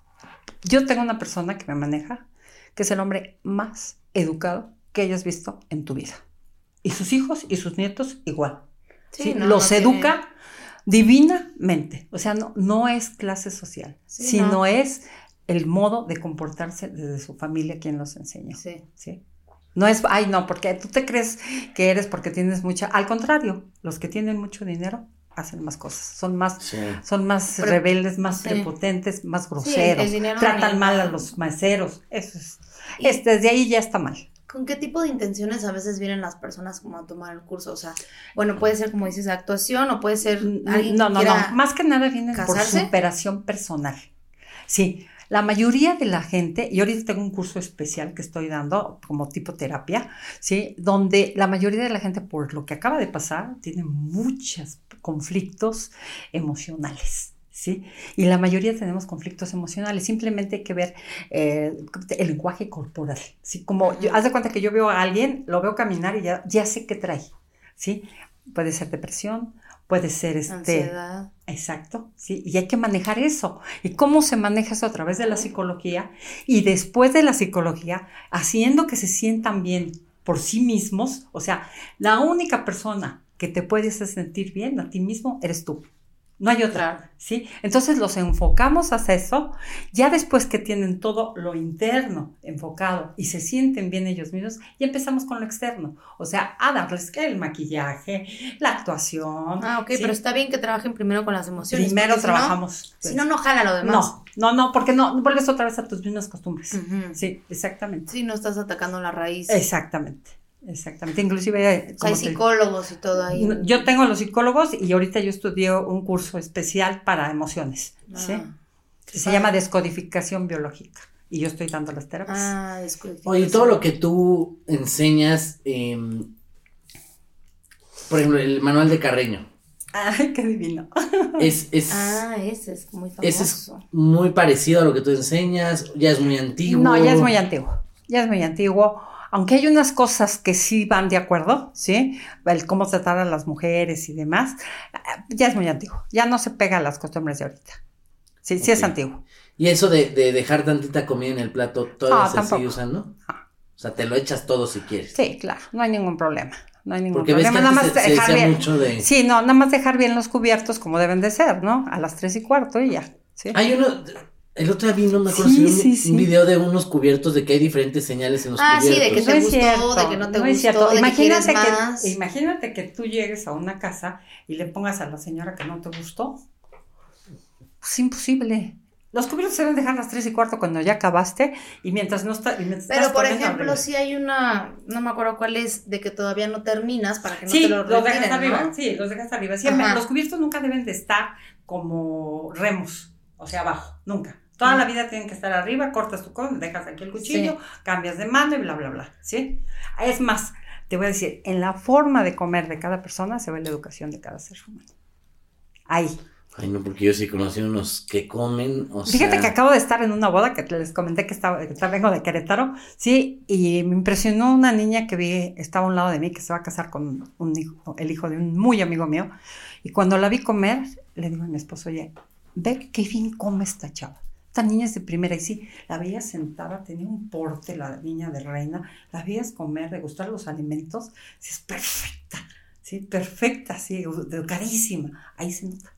Yo tengo una persona que me maneja, que es el hombre más educado que hayas visto en tu vida. Y sus hijos y sus nietos igual. Sí, ¿sí? no, Los no tiene- educa divinamente. O sea, no, no es clase social, Sí, sino no. es el modo de comportarse desde su familia quien los enseña. Sí. ¿Sí? No es, ay, no, porque tú te crees que eres porque tienes mucha. Al contrario, los que tienen mucho dinero hacen más cosas. Son más, Sí. son más Pre- rebeldes, más sí. prepotentes, más el groseros. dinero tratan ni- mal a los meseros. Eso es. Y- es- desde ahí ya está mal. ¿Con qué tipo de intenciones a veces vienen las personas como a tomar el curso? O sea, bueno, puede ser como dices, de actuación o puede ser alguien No, que no, quiera... no. Más que nada vienen por casarse. superación personal. Sí. La mayoría de la gente, y ahorita tengo un curso especial que estoy dando como tipo terapia, ¿sí? Donde la mayoría de la gente, por lo que acaba de pasar, tiene muchos conflictos emocionales, ¿sí? Y la mayoría tenemos conflictos emocionales, simplemente hay que ver eh, el lenguaje corporal, ¿sí? Como, yo, haz de cuenta que yo veo a alguien, lo veo caminar y ya, ya sé qué trae, ¿sí? Puede ser depresión, puede ser este... Ansiedad. Exacto, sí, y hay que manejar eso. ¿Y cómo se maneja eso? A través de la psicología y después de la psicología, haciendo que se sientan bien por sí mismos. O sea, la única persona que te puede hacer sentir bien a ti mismo eres tú. No hay otra, Claro. ¿sí? Entonces los enfocamos hacia eso, ya después que tienen todo lo interno enfocado y se sienten bien ellos mismos, ya empezamos con lo externo. O sea, a darles que el maquillaje, la actuación. Ah, ok, ¿sí? pero está bien que trabajen primero con las emociones. Primero porque si no- trabajamos. Si no, no jala lo demás. No, no, no, porque no vuelves otra vez a tus mismas costumbres. Ujú. Sí, exactamente. Sí, no estás atacando la raíz. Exactamente, exactamente. Inclusive, eh, O sea, como hay te- psicólogos y todo ahí. No, yo tengo a los psicólogos y ahorita yo estudié un curso especial para emociones, ¿sí? Ah, Que se llama descodificación biológica y yo estoy dando las terapias. Ah, descodificación. Oye, todo lo que tú enseñas, eh, por ejemplo, el manual de Carreño, Ay, qué divino. es, es, Ah, ese es muy famoso. ese es muy parecido a lo que tú enseñas, ya es muy antiguo. No, ya es muy antiguo, ya es muy antiguo. Aunque hay unas cosas que sí van de acuerdo, ¿sí? El cómo tratar a las mujeres y demás, ya es muy antiguo. Ya no se pega a las costumbres de ahorita. Sí, sí Ok. es antiguo. ¿Y eso de, de dejar tantita comida en el plato, todavía Ah, se tampoco. sigue usando? Ah. O sea, te lo echas todo si quieres. Sí, claro, no hay ningún problema. No hay ningún Porque ves problema. que Nada antes más se, se dejar decía bien. mucho de... Sí, no, nada más dejar bien los cubiertos como deben de ser, ¿no? A las tres y cuarto y ya. ¿sí? Hay uno, el otro día vi, no me acuerdo Sí, si vi un, sí, sí. un video de unos cubiertos de que hay diferentes señales en los Ah, sí, cubiertos. de que te No es gustó, cierto, de que no te no es gustó, cierto. de que Imagínate quieres que, más. imagínate que tú llegues a una casa y le pongas a la señora que no te gustó. Es imposible. Los cubiertos se deben dejar a las tres y cuarto cuando ya acabaste y mientras no está. Y mientras Pero estás por poniendo ejemplo, arriba. si hay una, no me acuerdo cuál es, de que todavía no terminas para que no Sí, te lo los dejas retiren, arriba, ¿no? sí, los dejas arriba. Siempre, Ajá. los cubiertos nunca deben de estar como remos, o sea, abajo, nunca. Toda la vida tienen que estar arriba, cortas tu cosa, dejas aquí el cuchillo, Sí. cambias de mano y bla, bla, bla, ¿sí? Es más, te voy a decir, en la forma de comer de cada persona se ve la educación de cada ser humano. Ahí. Ay, no, porque yo sí conocí unos que comen, o Fíjate sea... que acabo de estar en una boda que les comenté que estaba, que estaba- vengo de Querétaro, sí, y me impresionó una niña que vi, estaba a un lado de mí, que se va a casar con un hijo, el hijo de un muy amigo mío, y cuando la vi comer, le digo a mi esposo, oye, ve qué bien come esta chava. Esta niña es de primera, y sí, la veías sentada, tenía un porte, la niña de reina, la veías comer, degustar los alimentos, sí, es perfecta, sí, perfecta, sí, educadísima, ahí se nota.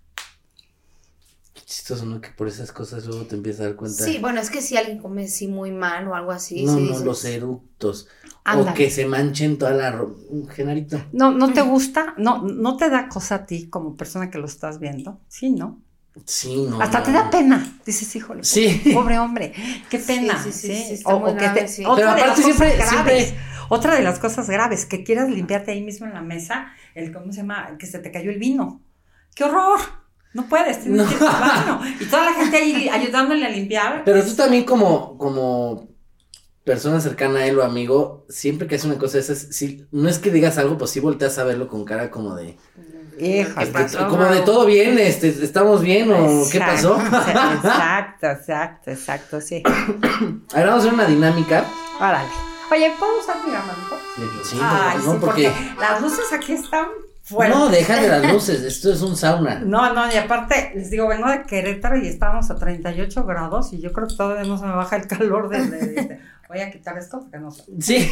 Qué chistoso, ¿no? Que por esas cosas luego te empiezas a dar cuenta. Sí, bueno, es que si alguien come así muy mal o algo así, no, sí no, dices, los eructos. Ándale. O que se manchen toda la ropa. Genarito. ¿No, no te gusta? ¿No, no te da cosa a ti como persona que lo estás viendo? Sí, ¿no? Sí, no. Hasta no, te da no. pena. Dices, híjole, Sí. pobre hombre, qué pena. Sí, sí, sí, ¿sí? sí, está muy que grave, te- sí. Otra Pero de las aparte cosas siempre- graves, siempre- otra de las cosas graves, que quieras limpiarte ahí mismo en la mesa, el, ¿cómo se llama? Que se te cayó el vino. ¡Qué horror! No puedes, tienes No. que ir al baño. Y toda la gente ahí ayudándole a limpiar. Pero tú también como, como persona cercana a él o amigo, siempre que hace una cosa de esas, si, no es que digas algo, pues sí volteas a verlo con cara como de... Híjole. este, pasó, como de bro? todo bien, este, ¿estamos bien o qué pasó? Exacto, exacto, exacto, sí. A ver, vamos a hacer una dinámica. Órale. Oye, ¿puedo usar mi abanico? Sí, Ay, no, sí, porque... porque las luces aquí están fuertes. No, déjale las luces, esto es un sauna. No, no, y aparte, les digo, vengo de Querétaro y estábamos a treinta y ocho grados y yo creo que todavía no se me baja el calor de... de- de- voy a quitar esto porque no sé. Sí.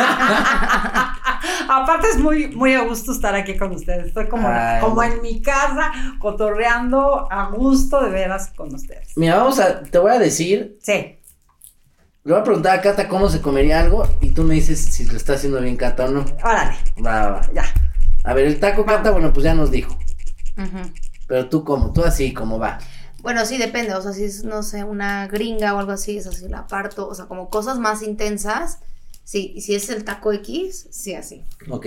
Aparte es muy, muy a gusto estar aquí con ustedes. Estoy como, Ay. como en mi casa, cotorreando a gusto de veras con ustedes. Mira, vamos a, te voy a decir, Sí. le voy a preguntar a Cata cómo se comería algo y tú me dices si lo está haciendo bien Cata o no. Órale, Va, va, va. ya. A ver, el taco Cata, bueno, pues ya nos dijo. Ujú. Pero tú cómo, tú así, cómo va. Bueno, sí, depende, o sea, si es, no sé, una gringa o algo así, es así, la parto, o sea, como cosas más intensas, sí, y si es el taco X, sí, así. Ok.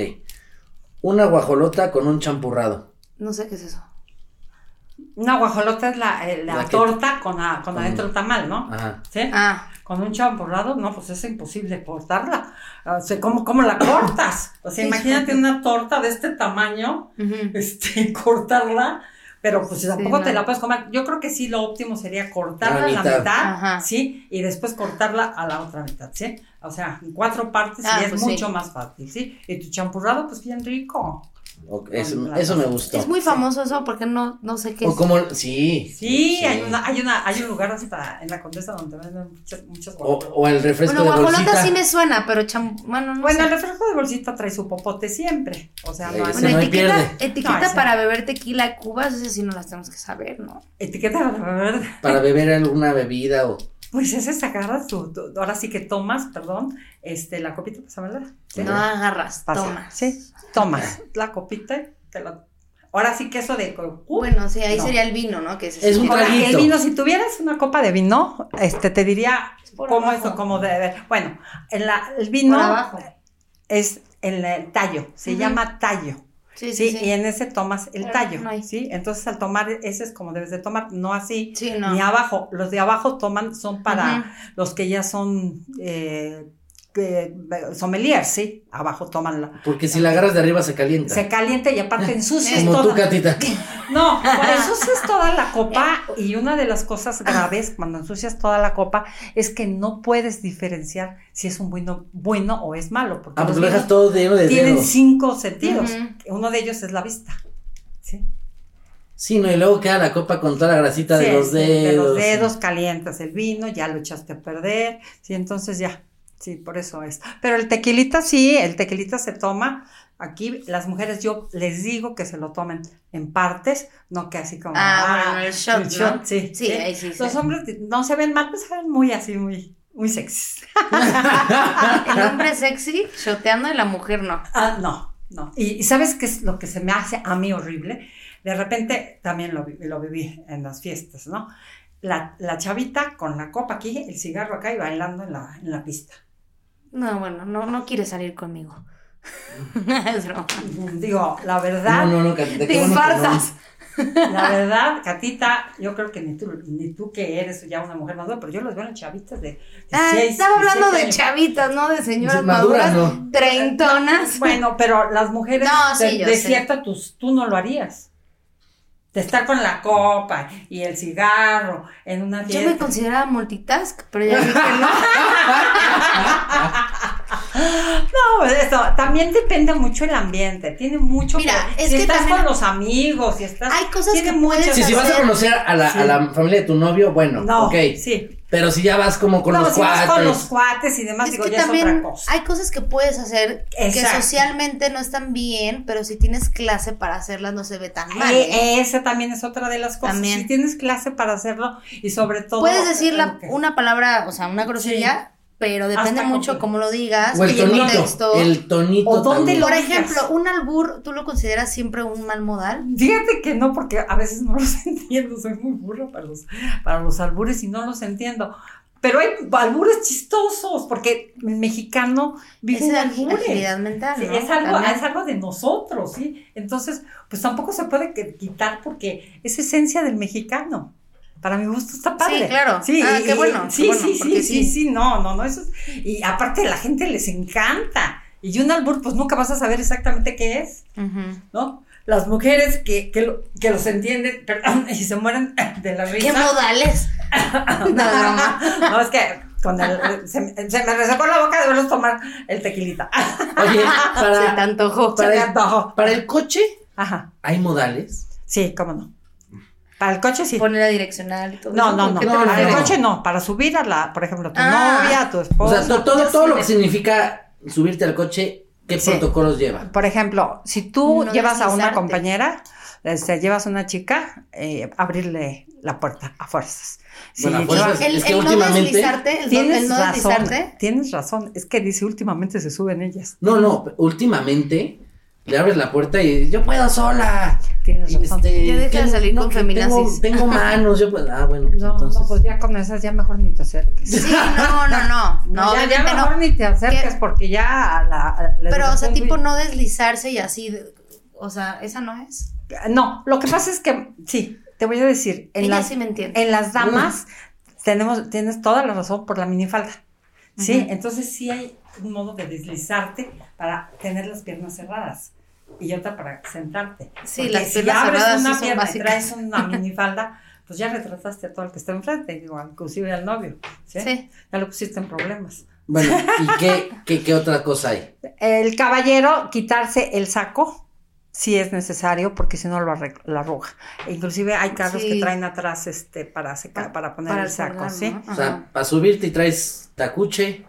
Una guajolota con un champurrado. No sé qué es eso. Una guajolota es la, eh, la La que- torta con, a- con con- adentro el tamal, ¿no? Ajá. ¿Sí? Ah, Con un champurrado, no, pues es imposible cortarla. O sea, ¿cómo, cómo la cortas? O sea, Sí, imagínate sí. una torta de este tamaño, ujú. este, cortarla, pero pues Sí, tampoco te no. la puedes comer. Yo creo que sí, lo óptimo sería cortarla La a la mitad. mitad, Ajá. ¿sí? Y después cortarla a la otra mitad, ¿sí? O sea, en cuatro partes Ah, y es pues mucho sí. más fácil, ¿sí? Y tu champurrado, pues bien rico. Ok, eso, Con la- eso me gustó. Es muy famoso eso porque no, no sé qué O es. como, sí. Sí, Hay, una, hay, una, hay un lugar hasta en la Condesa donde venden muchas, muchas O, guajolotas. o el refresco Bueno, de bolsita. guajolota sí me suena, pero cham... bueno, no Bueno, sé. el refresco de bolsita trae su popote siempre. O sea, no hay Ese Bueno, no hay etiqueta, pierde. etiqueta No, ese- para beber tequila, cubas, esas sí no las tenemos que saber, ¿no? etiqueta de verde. Para beber alguna bebida o... Pues ese agarras tu, tu- ahora sí que tomas, perdón, este, la copita, pues, ¿verdad? Sí. No agarras, Pasa. tomas. Sí, tomas la copita y te la... Ahora sí que eso de... uh, Bueno, sí, ahí no. sería el vino, ¿no? Que Es un Ahora, traguito. el vino, si tuvieras una copa de vino, este, te diría por cómo abajo. eso, cómo de... Bueno, en la, el vino Por abajo. es en el tallo, se Ujú. llama tallo. Sí, Sí, sí, sí. y en ese tomas el Pero tallo, no hay. ¿sí? Entonces al tomar, ese es como debes de tomar, no así, Sí, no. ni abajo. Los de abajo toman, son para Ujú. los que ya son eh, eh, sommeliers, ¿sí? Abajo toman la... Porque si la agarras de arriba se calienta. Se calienta y aparte ensucias Como tú, toda... Catita. No, cuando ensucias toda la copa, y una de las cosas graves cuando ensucias toda la copa es que no puedes diferenciar si es un vino bueno o es malo. Porque Ah, los pues lo dejas vinos todo lleno de tienen dedos. cinco sentidos. Ujú. Uno de ellos es la vista. ¿Sí? Sí, no, y luego queda la copa con toda la grasita Sí, de los sí, dedos. de los dedos, sí. calientas el vino, ya lo echaste a perder, sí, entonces ya, sí, por eso es. Pero el tequilita sí, el tequilita se toma, aquí las mujeres yo les digo que se lo tomen en partes, no que así como... Ah, bueno, el shot, el shot, ¿no? sí, Sí, ahí sí, Los sí. hombres no se ven mal, pues se ven muy así, muy, muy sexys. El hombre sexy shoteando y la mujer no. Ah, no, no. Y, y ¿sabes qué es lo que se me hace a mí horrible? De repente, también lo, vi- lo viví en las fiestas, ¿no? La, la chavita con la copa aquí, el cigarro acá y bailando en la, en la pista. No, bueno, no, no quiere salir conmigo. Es broma. Digo, la verdad, No, no, no, Catita, Te qué bueno que no. infartas. la verdad, Catita, yo creo que ni tú, ni tú que eres ya una mujer madura, pero yo los veo en chavitas de Ah, dieciséis, estaba hablando de diecisiete años. chavitas, no de señoras Sí, maduras, maduras, no. treintonas. Bueno, pero las mujeres No, sí, de, yo de sé. cierta, tú, tú no lo harías. De estar con la copa y el cigarro en una Yo fiesta. me consideraba multitask, pero ya dije no. No, eso también depende mucho el ambiente, tiene mucho Mira, que es si que estás también- con los amigos, si estás Hay cosas tiene que puedes muchas- Sí, si vas a hacer- conocer a la, Sí. a la familia de tu novio, bueno, No, ok. sí. Pero si ya vas como con no, los si vas cuates. con los cuates y demás, Es digo, que ya es también otra cosa. hay cosas que puedes hacer que Exacto. socialmente no están bien, pero si tienes clase para hacerlas no se ve tan mal. Eh, ¿eh? esa también es otra de las cosas. También. Si tienes clase para hacerlo y sobre todo Puedes decir la- eh, que- una palabra, o sea, una grosería, pero depende Hasta mucho con- cómo lo digas, O el y el tonito. contexto. El tonito. ¿O dónde también. lo- Por digas. ejemplo, un albur, ¿tú lo consideras siempre un mal modal? Fíjate que no, porque a veces no los entiendo, soy muy burra para los, para los albures y no los entiendo. Pero hay albures chistosos, porque el mexicano vive Es de agi- albures. agilidad mental, Sí, ¿no? es, algo, También. es algo de nosotros, ¿sí? Entonces, pues tampoco se puede que- quitar porque es esencia del mexicano. Para mi gusto está padre. Sí, claro. Sí, Ah, y- qué bueno, Sí, qué bueno, sí, porque sí, sí, sí. sí, no, no, no, eso es- y aparte a la gente les encanta. Y un albur, pues nunca vas a saber exactamente qué es, Ujú. ¿no? Las mujeres que, que, lo- que los entienden, perdón, y se mueren de la ¿Qué risa. modales? No, broma. No, es que con el, se, me- se me resecó la boca de verlos tomar el tequilita. Oye, Se te para, antojó. Se me para, el, antojó. para el coche, Ajá, ¿hay modales? sí, cómo no. Para el coche sí. Poner la direccional y todo No, eso. no, ¿Por no. qué te No, Para el no. refieres? coche no, para subir a la, por ejemplo, a tu Ah. novia, a tu O esposa. sea, to- todo, yo todo sí lo me- que significa subirte al coche, ¿qué Sí. protocolos lleva? Por ejemplo, si tú No llevas a una deslizarte. compañera, este, llevas a una chica, eh, abrirle la puerta a fuerzas. Si Bueno, a lleva- fuerzas. El, Es que el no últimamente- deslizarte, el, no- tienes el no razón, deslizarte. tienes razón. Es que dice últimamente se suben ellas. No, no, últimamente le abres la puerta y yo puedo sola. Tienes razón. Este, Ya deja de tengo- salir con que feminazis. Tengo, tengo manos, yo puedo. Ah, bueno, pues No, entonces. no, pues ya con esas ya mejor ni te acerques. Sí, no, no, no. No, No, ya, ya obviamente mejor no. ni te acerques ¿Qué? porque ya a la, a la Pero, o sea, educación tipo fui- no deslizarse y así. de- O sea, esa no es. No, lo que pasa es que, sí, te voy a decir, en, Ella las, sí me entiende. en las damas tenemos, tienes toda la razón por la minifalda, ¿sí? Ujú. Entonces sí hay un modo de deslizarte para tener las piernas cerradas y otra para sentarte. Sí, Porque las si piernas abres cerradas sí una son pierna y básicas. traes una minifalda, pues ya retrataste a todo el que está enfrente, digo, inclusive al novio, ¿sí? Sí. Ya lo pusiste en problemas. Bueno, ¿y qué, qué, qué otra cosa hay? El caballero, quitarse el saco, si es necesario, porque si no lo, arreg- lo arruga. E inclusive hay carros Sí. que traen atrás este para secar, para poner Para el saco, colgar, ¿sí? ¿no? O sea, Ajá. para subirte y traes tacuche.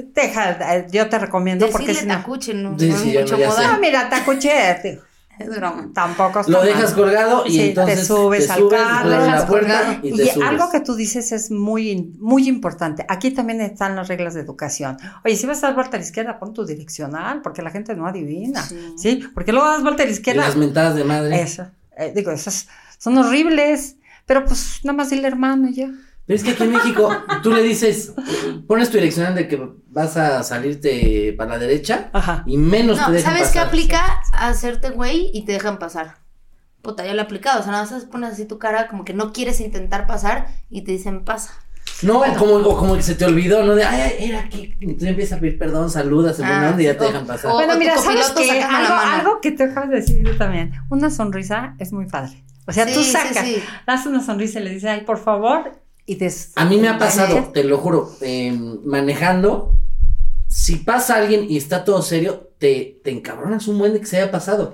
Deja, eh, yo te recomiendo porque Decirle si no. tacuche, no, Sí, no sí, es ya mucho no, ya sé. No, modal. mira, tacuche, te- Es broma. tampoco está Lo mal. dejas colgado y Sí, entonces te subes te al subes, carro, abres dejas la puerta colgado. y Y, te subes. algo que tú dices es muy, muy importante. Aquí también están las reglas de educación. Oye, si vas a dar vuelta a la izquierda, pon tu direccional, porque la gente no adivina, Sí. ¿sí? Porque luego das vuelta a la Y izquierda. las mentadas de madre. Eso, eh, digo, esas son horribles, pero pues nada más dile hermano y ya. Pero es que aquí en México, tú le dices, pones tu direccional de que vas a salirte para la derecha Ajá. y menos te No, dejan ¿sabes qué pasar. aplica? Hacerte güey y te dejan pasar. Puta, ya lo he aplicado. O sea, nada más pones así tu cara como que no quieres intentar pasar y te dicen pasa. No, como, o como que se te olvidó, ¿no? De, ay, era aquí. Y tú empiezas a pedir perdón, saludas en buena Ah, onda y ya te o- dejan pasar. o- Bueno, tu mira, ¿sabes copiloto qué? sacando la Algo, mano. algo que te acabas de decir tú también. Una sonrisa es muy padre. O sea, Sí, tú sí, sacas, sí. das una sonrisa y le dices, ay, por favor, y des... A mí me ha pasado, te lo juro, eh, manejando, si pasa alguien y está todo serio, te, te encabronas un buen de que se haya pasado.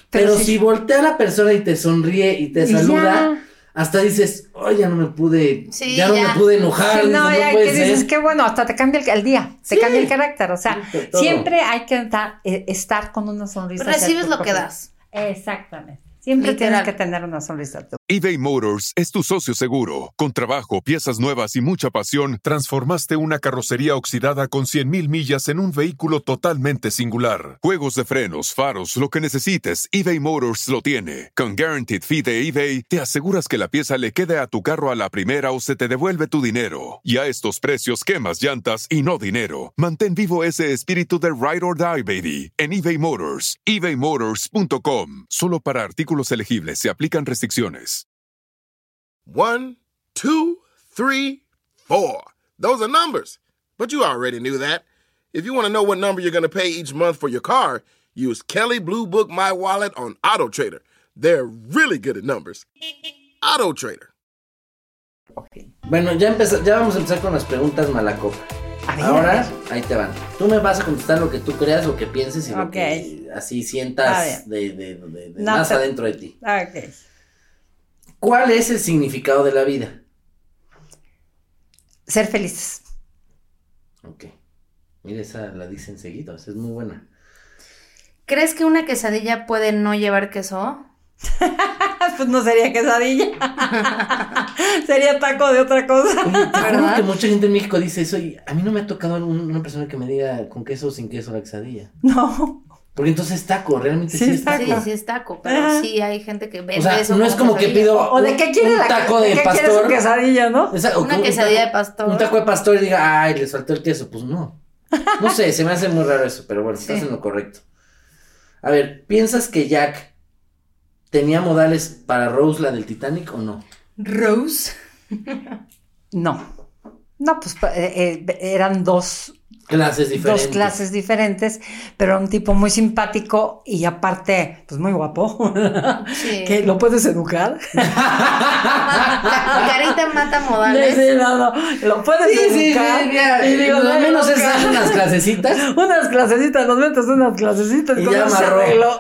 Pero, sí. si voltea a la persona y te sonríe y te Y saluda, ya. hasta dices, oh, ya no me pude, Sí, ya no ya. me pude enojar. Sí, no, dices, ya puede que dices ser. que bueno, hasta te cambia el, el día, te Sí. cambia el carácter, o sea, Sí, todo. siempre hay que estar, eh, estar con una sonrisa. Pues recibes hacia tu lo que propio- das. Exactamente, siempre Literal. tienes que tener una sonrisa. tú. eBay Motors es tu socio seguro. Con trabajo, piezas nuevas y mucha pasión, transformaste una carrocería oxidada con cien mil millas en un vehículo totalmente singular. Juegos de frenos, faros, lo que necesites, eBay Motors lo tiene. Con Guaranteed Fee de eBay, te aseguras que la pieza le quede a tu carro a la primera o se te devuelve tu dinero. Y a estos precios, quemas llantas y no dinero. Mantén vivo ese espíritu de Ride or Die, baby, en eBay Motors. ebay motors punto com. Solo para artículos elegibles se aplican restricciones. One, two, three, four. Those are numbers. But you already knew that. If you want to know what number you're going to pay each month for your car, use Kelly Blue Book My Wallet on Auto Trader. They're really good at numbers. Auto Trader. Bueno, ya, empeza- ya vamos a empezar con las preguntas malacopa. A ver, Ahora, a ver. ahí te van. Tú me vas a contestar lo que tú creas, lo que pienses y lo Ok. que así A sientas ver. de, de, de- de No más te- adentro de ti. Ok. ¿Cuál es el significado de la vida? Ser felices. Ok. Mira, esa la dice enseguida, o sea, es muy buena. ¿Crees que una quesadilla puede no llevar queso? Pues no sería quesadilla. Sería taco de otra cosa. Oye, te juro ¿Verdad? que mucha gente en México dice eso y a mí no me ha tocado algún- una persona que me diga con queso o sin queso la quesadilla. No. Porque entonces es taco, realmente Sí, sí, es es taco. Sí, sí es taco, pero Ajá. sí hay gente que vende O sea, eso no es como que quesadilla. pido O de un- qué quiere un la taco ¿de de qué quiere pastor. su quesadilla, ¿no? Esa- o Una que un quesadilla taco- de pastor. Un taco de pastor y diga, ay, les faltó el queso. Pues no. No sé, se me hace muy raro eso, pero bueno, Sí. estás en lo correcto. A ver, ¿piensas que Jack tenía modales para Rose, la del Titanic, o no? Rose. No. No, pues eh, eh, eran dos, Clases diferentes. dos clases diferentes, pero era un tipo muy simpático y aparte, pues muy guapo. Sí. Que lo puedes educar. Carita mata modales. Sí, no, no, lo puedes Sí, sí, educar. sí, ya, y digo, lo no, menos es educar. dar unas clasecitas. Unas clasecitas, nos metes unas clasecitas Y con ya ese amarró. arreglo.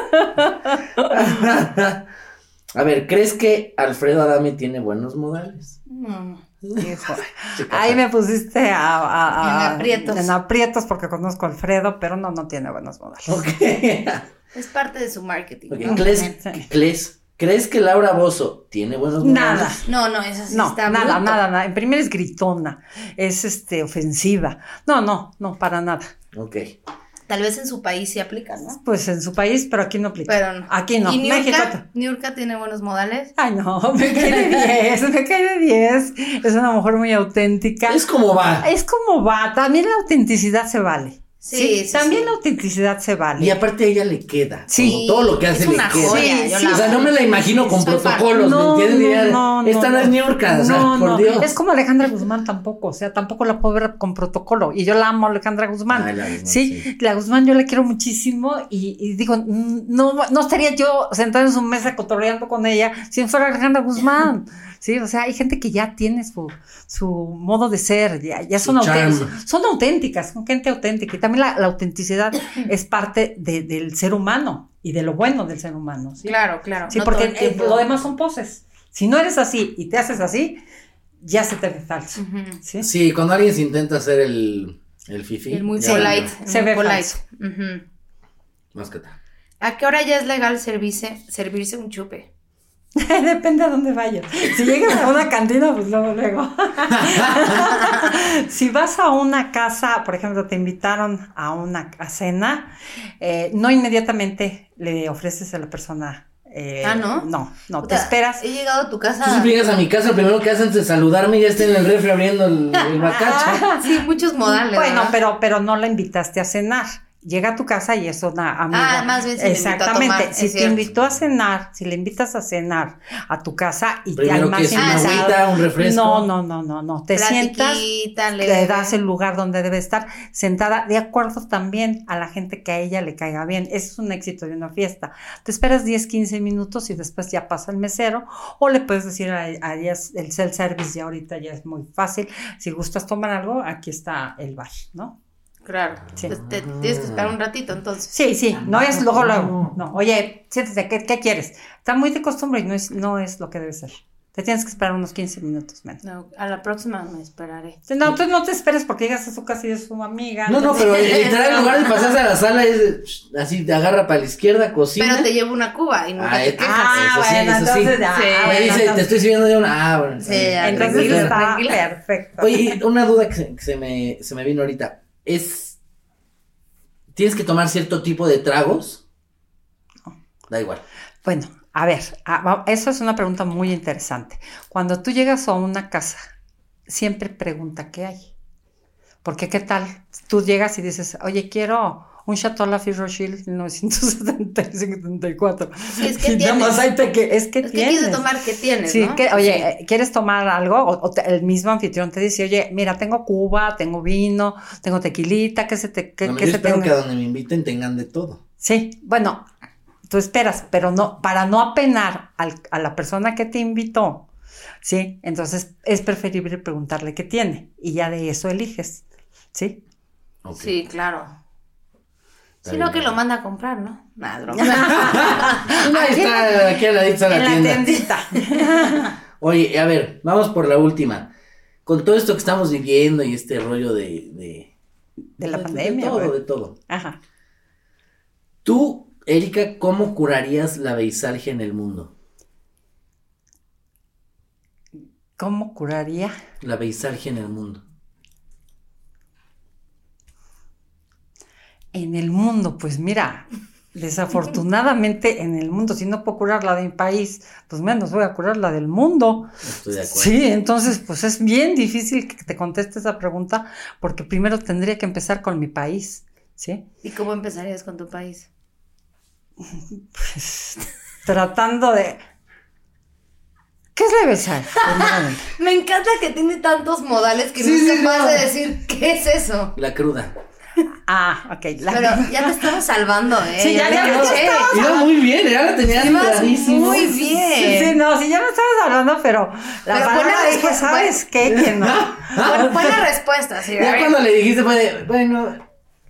A ver, ¿crees que Alfredo Adame tiene buenos modales? No. Hijo. Ahí me pusiste a, a- a- En aprietos. en aprietos porque conozco a Alfredo, pero no, no tiene buenos modales. Ok. Es parte de su marketing. Ok, ¿no? ¿Crees, Sí. ¿crees, ¿Crees que Laura Bozzo tiene buenos modales? Nada. No, no, esa sí No, está nada, bruto. nada, nada. En primer es gritona, es este ofensiva. No, no, no, para nada. Ok. Tal vez en su país sí aplica, ¿no? Pues en su país, pero aquí no aplica. Pero no. Aquí no. ¿Y México. Niurka? ¿Niurka tiene buenos modales? Ay, no, me cae de diez, me cae de diez. Es una mujer muy auténtica. Es como va. Es como va, también la autenticidad se vale. Sí, sí, también sí. la autenticidad se vale. Y aparte a ella le queda. Sí. Como todo lo que hace Es le una queda. joya, Sí, yo sí. la O sea, no me la imagino con Soy fan. protocolos, ¿me entiendes? Diría, esta no, es Niurka, o sea, no, por no. Dios. Es como Alejandra Guzmán tampoco, o sea, tampoco la puedo ver con protocolo. Y yo la amo a Alejandra Guzmán. Ay, la Guzmán, sí, sí. la Guzmán yo la quiero muchísimo y, y digo, mm, no, no estaría yo sentada en su mesa cotorreando con ella si no fuera Alejandra Guzmán. Sí, o sea, hay gente que ya tiene su, su modo de ser, ya, ya son, Su auténticas, charm. son auténticas, son gente auténtica. Y también la, la autenticidad es parte de- del ser humano y de lo bueno del ser humano. Sí, Claro, claro. sí no porque todo el tiempo. eh, lo demás son poses. Si no eres así y te haces así, ya se te ve falso. Ujú. ¿Sí? Sí, cuando alguien se intenta hacer el, el fifi. El muy ya polite. valió. el Se muy ve polite. falso. Ujú. Más que tal. ¿A qué hora ya es legal servirse, servirse un chupe? Depende a dónde vayas. Si llegas a una cantina, pues luego, luego. Si vas a una casa, por ejemplo, te invitaron a una a cena, eh, no inmediatamente le ofreces a la persona. eh, Ah, ¿no? No, no, te Puta, esperas. He llegado a tu Tú casa. siempre llegas a mi casa, lo primero que hacen es saludarme y ya está en el refri abriendo el, el bacacho. Sí, muchos modales. Bueno, ¿verdad? pero, pero no la invitaste a cenar. Llega a tu casa y es una amiga. Ah, más bien si le invitó a Exactamente. tomar, si es te cierto. invitó a cenar, si le invitas a cenar a tu casa y Primero hay más que es una invitados. agüita, un refresco. No, no, no, no, no. Te sientas, Platiquita, le leve. das el lugar donde debe estar sentada, de acuerdo también a la gente que a ella le caiga bien. Ese es un éxito de una fiesta. Te esperas diez, quince minutos y después ya pasa el mesero, o le puedes decir a, a ellas, el self-service ya ahorita ya es muy fácil. Si gustas tomar algo, aquí está el bar, ¿no? Claro. Sí. Te, te tienes que esperar un ratito, entonces. Sí, sí, no es luego, luego. No, oye, siéntate, ¿qué, qué quieres? Está muy de costumbre y no es, no es lo que debe ser. Te tienes que esperar unos quince minutos menos. No, a la próxima me esperaré. No, tú no te esperes porque llegas a su casa y es su amiga. No, no, pero literal, en lugar de pasarse a la sala, es así, te agarra para la izquierda, cocina. Pero te llevo una cuba y nunca Ah, te quejas. Ah, Eso sí, bueno, eso sí. entonces, ah, Sí. Me bueno, dice, entonces- te estoy sirviendo de una. Ah, bueno. Sí, ya, Entonces tranquila, está tranquila. perfecto. Oye, y una duda que se, que se me, se me vino ahorita. Es. ¿Tienes que tomar cierto tipo de tragos? Da igual. Bueno, a ver, a- va- eso es una pregunta muy interesante. Cuando tú llegas a una casa, siempre pregunta qué hay. Porque, ¿qué tal? Tú llegas y dices, oye, quiero un Chateau Lafite Rothschild mil novecientos setenta y cinco setenta y cuatro. Sí, es que y nada más tienes. hay te que, es que Es que tienes. quieres tomar que tienes, Sí, ¿no? que, oye, eh, ¿quieres tomar algo? O, o te- el mismo anfitrión te dice, oye, mira, tengo Cuba, tengo vino, tengo tequilita, ¿qué se te, qué, Bueno, qué yo se espero tenga? que a donde me inviten tengan de todo. Sí, bueno, tú esperas, pero no, para no apenar al- a la persona que te invitó, ¿sí? Entonces es preferible preguntarle qué tiene y ya de eso eliges, ¿sí? Ok. Sí, claro. Está Si bien, no, que bien. lo manda a comprar, ¿no? Nada, broma. Ahí está, aquí al ladito está la en tienda. la tiendita. Oye, a ver, vamos por la última. Con todo esto que estamos viviendo y este rollo de... De, De la de- pandemia, De todo, güey. de todo. Ajá. Tú, Erika, ¿cómo curarías la beisalgia en el mundo? ¿Cómo curaría? La beisalgia en el mundo. En el mundo, pues mira, desafortunadamente en el mundo, si no puedo curar la de mi país, pues menos voy a curar la del mundo. Estoy de acuerdo. Sí, entonces pues es bien difícil que te conteste esa pregunta porque primero tendría que empezar con mi país, ¿sí? ¿Y cómo empezarías con tu país? Pues tratando de... ¿Qué es la besar? Primeramente. Me encanta que tiene tantos modales que Sí, no es sí, capaz no. de decir qué es eso. La cruda. Ah, ok. la- Pero ya te estamos salvando, ¿eh? Sí, ya- te ya- ya caché. estamos Iba muy bien, ya la tenías Ibas clarísimo. muy bien. Sí, sí, no, sí, ya me estabas hablando, pero la Pero palabra ponle dije, respu- ¿sabes qué? Que no. Bueno, buena respuesta, sí. a Ya ver. cuando le dijiste fue de, bueno...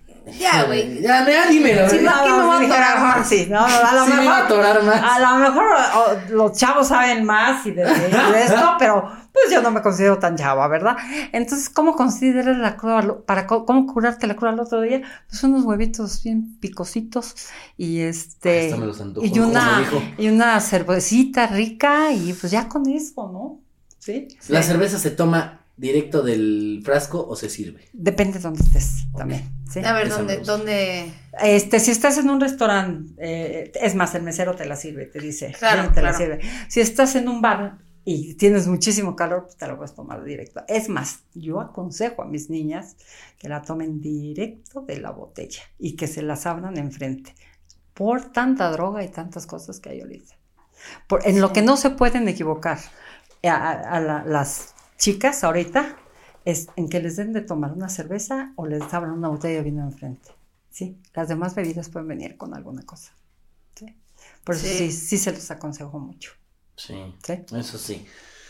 Ya, güey. Ya, ya dímelo. Sí, ¿eh? no, que me voy a dije, atorar mejor más. sí, no, no, a lo Sí me mejor, iba a atorar más. a lo mejor o, los chavos saben más y de, de esto, pero pues yo no me considero tan chava, ¿verdad? Entonces, ¿cómo consideras la cruda al- para co- cómo curarte la cruda al otro día? Pues unos huevitos bien picositos y Ah, este hasta me los antojó, y como una dijo. y una cervecita rica y pues ya con eso, ¿no? Sí. ¿La cerveza se toma directo del frasco o se sirve? Depende de dónde estés también, ¿sí? A ver, Esa ¿dónde, me gusta. dónde? Este, si estás en un restaurante, eh, es más, el mesero te la sirve, te dice, Claro, sí, te la claro. sirve. Si estás en un bar y tienes muchísimo calor, pues te la puedes tomar directo. Es más, yo aconsejo a mis niñas que la tomen directo de la botella y que se las abran enfrente, por tanta droga y tantas cosas que hay ahorita. Por, en lo que no se pueden equivocar a, a- a la- las chicas ahorita es en que les den de tomar una cerveza o les abran una botella de vino enfrente. Sí, las demás bebidas pueden venir con alguna cosa. ¿Sí? Por eso sí, Sí. sí se los aconsejo mucho. Sí, ¿Sí? eso sí.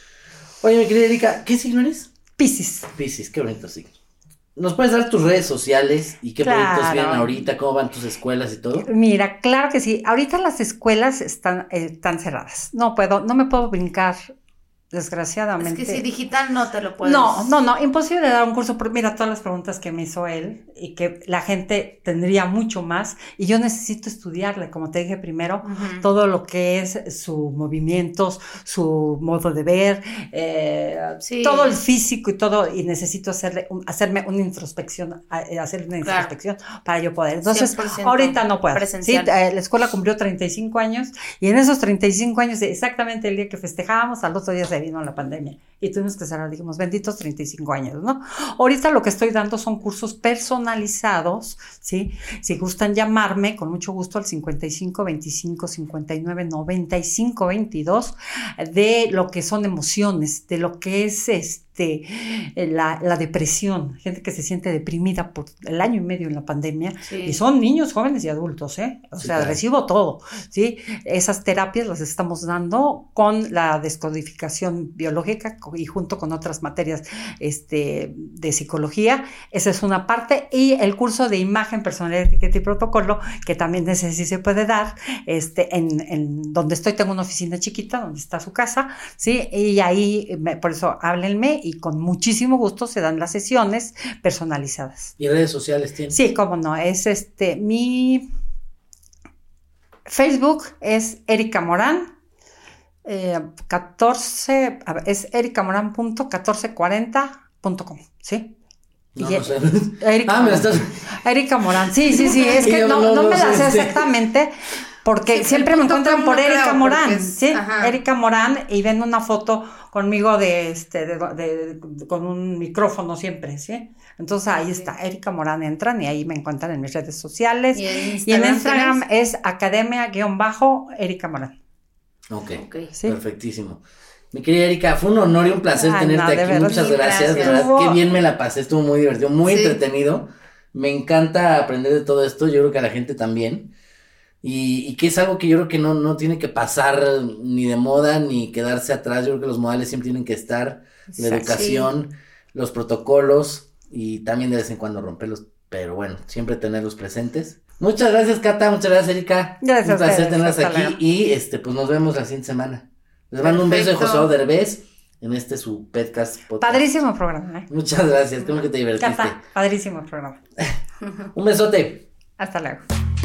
Oye, mi querida Erika, ¿qué signo eres? Piscis. Piscis, qué bonito signo. ¿Nos puedes dar tus redes sociales y qué Claro. proyectos vienen ahorita? ¿Cómo van tus escuelas y todo? Mira, claro que sí. Ahorita las escuelas están, eh, están cerradas. No puedo, no me puedo brincar, Es desgraciadamente. que si digital no te lo puedes. No, no, no, imposible dar un curso, porque mira todas las preguntas que me hizo él y que la gente tendría mucho más y yo necesito estudiarle, como te dije primero, Ujú. todo lo que es sus movimientos, su modo de ver, eh, Sí. todo el físico y todo, y necesito hacerle un- hacerme una introspección, eh, hacerle una Claro. introspección para yo poder. Entonces, cien por ciento ahorita no puedo. Sí, presencial. eh, la escuela cumplió treinta y cinco años y en esos treinta y cinco años, exactamente el día que festejábamos, al otro día se vino la pandemia y tuvimos que cerrar, dijimos, benditos treinta y cinco años, ¿no? Ahorita lo que estoy dando son cursos personalizados, ¿sí? Si gustan llamarme, con mucho gusto al cincuenta y cinco veinticinco cincuenta y nueve noventa y cinco veintidós, de lo que son emociones, de lo que es este la, la depresión, gente que se siente deprimida por el año y medio en la pandemia, Sí. y son niños, jóvenes y adultos, ¿eh? O Sí, sea, claro. recibo todo, ¿sí? Esas terapias las estamos dando con la descodificación biológica, y junto con otras materias este, de psicología. Esa es una parte. Y el curso de imagen, personalidad, etiqueta y protocolo, que también ese sí se puede dar. Este, en, en donde estoy tengo una oficina chiquita, donde está su casa, ¿sí? Y ahí, me, por eso, háblenme y con muchísimo gusto se dan las sesiones personalizadas. ¿Y redes sociales tienes? Sí, cómo no. Es este, mi Facebook es Erika Morán. Eh, catorce, a ver, es ericamoran punto catorce cuarenta punto com, ¿sí? No, y no sé. Erika, ah, me estás... Erika Morán, sí, sí, sí, es que yo, no, no, no, no me sé, la sé sí. exactamente, porque Sí, siempre me encuentran com por no Erika creo, Morán, porque es- ¿sí? ajá. Erika Morán, y ven una foto conmigo de este, de, de- de- con un micrófono siempre, ¿sí? Entonces ahí está, Erika Morán, entran y ahí me encuentran en mis redes sociales. ¿Y en Y en Instagram Instagram tienes? es academia-erika Morán. Ok, Ok. Sí. perfectísimo. Mi querida Erika, fue un honor y un placer Ay, tenerte no, de aquí. verdad. Muchas Mil gracias. De gracias. verdad, qué bien me la pasé. Estuvo muy divertido, muy Sí. entretenido. Me encanta aprender de todo esto. Yo creo que a la gente también. Y, y que es algo que yo creo que no, no tiene que pasar ni de moda ni quedarse atrás. Yo creo que los modales siempre tienen que estar. La Exacto. educación, los protocolos y también de vez en cuando romperlos. Pero bueno, siempre tenerlos presentes. Muchas gracias, Cata. Muchas gracias, Erika. Gracias Un a placer ustedes. tenerlas Hasta aquí. luego. Y este, pues nos vemos la siguiente semana. Les mando un beso de Perfecto. José Derbez en este su podcast podcast. Padrísimo programa, ¿eh? Muchas gracias, creo que te divertiste. Cata, padrísimo programa. Un besote. Hasta luego.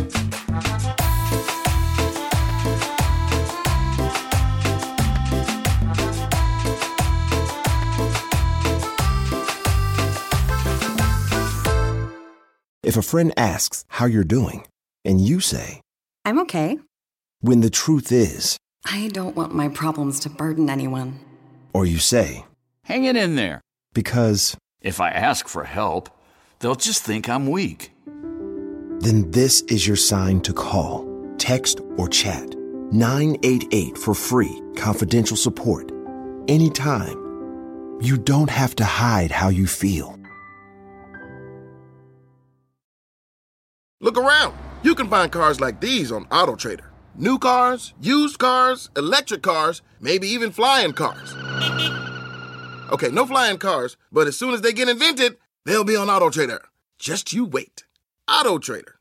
If a friend asks how you're doing, and you say, I'm okay. when the truth is, I don't want my problems to burden anyone. or you say, Hang it in there. because, If I ask for help, they'll just think I'm weak. then this is your sign to call, text, or chat nine eight eight for free, confidential support. Anytime. You don't have to hide how you feel. Look around. You can find cars like these on AutoTrader. New cars, used cars, electric cars, maybe even flying cars. Okay, no flying cars, but as soon as they get invented, they'll be on AutoTrader. Just you wait. AutoTrader.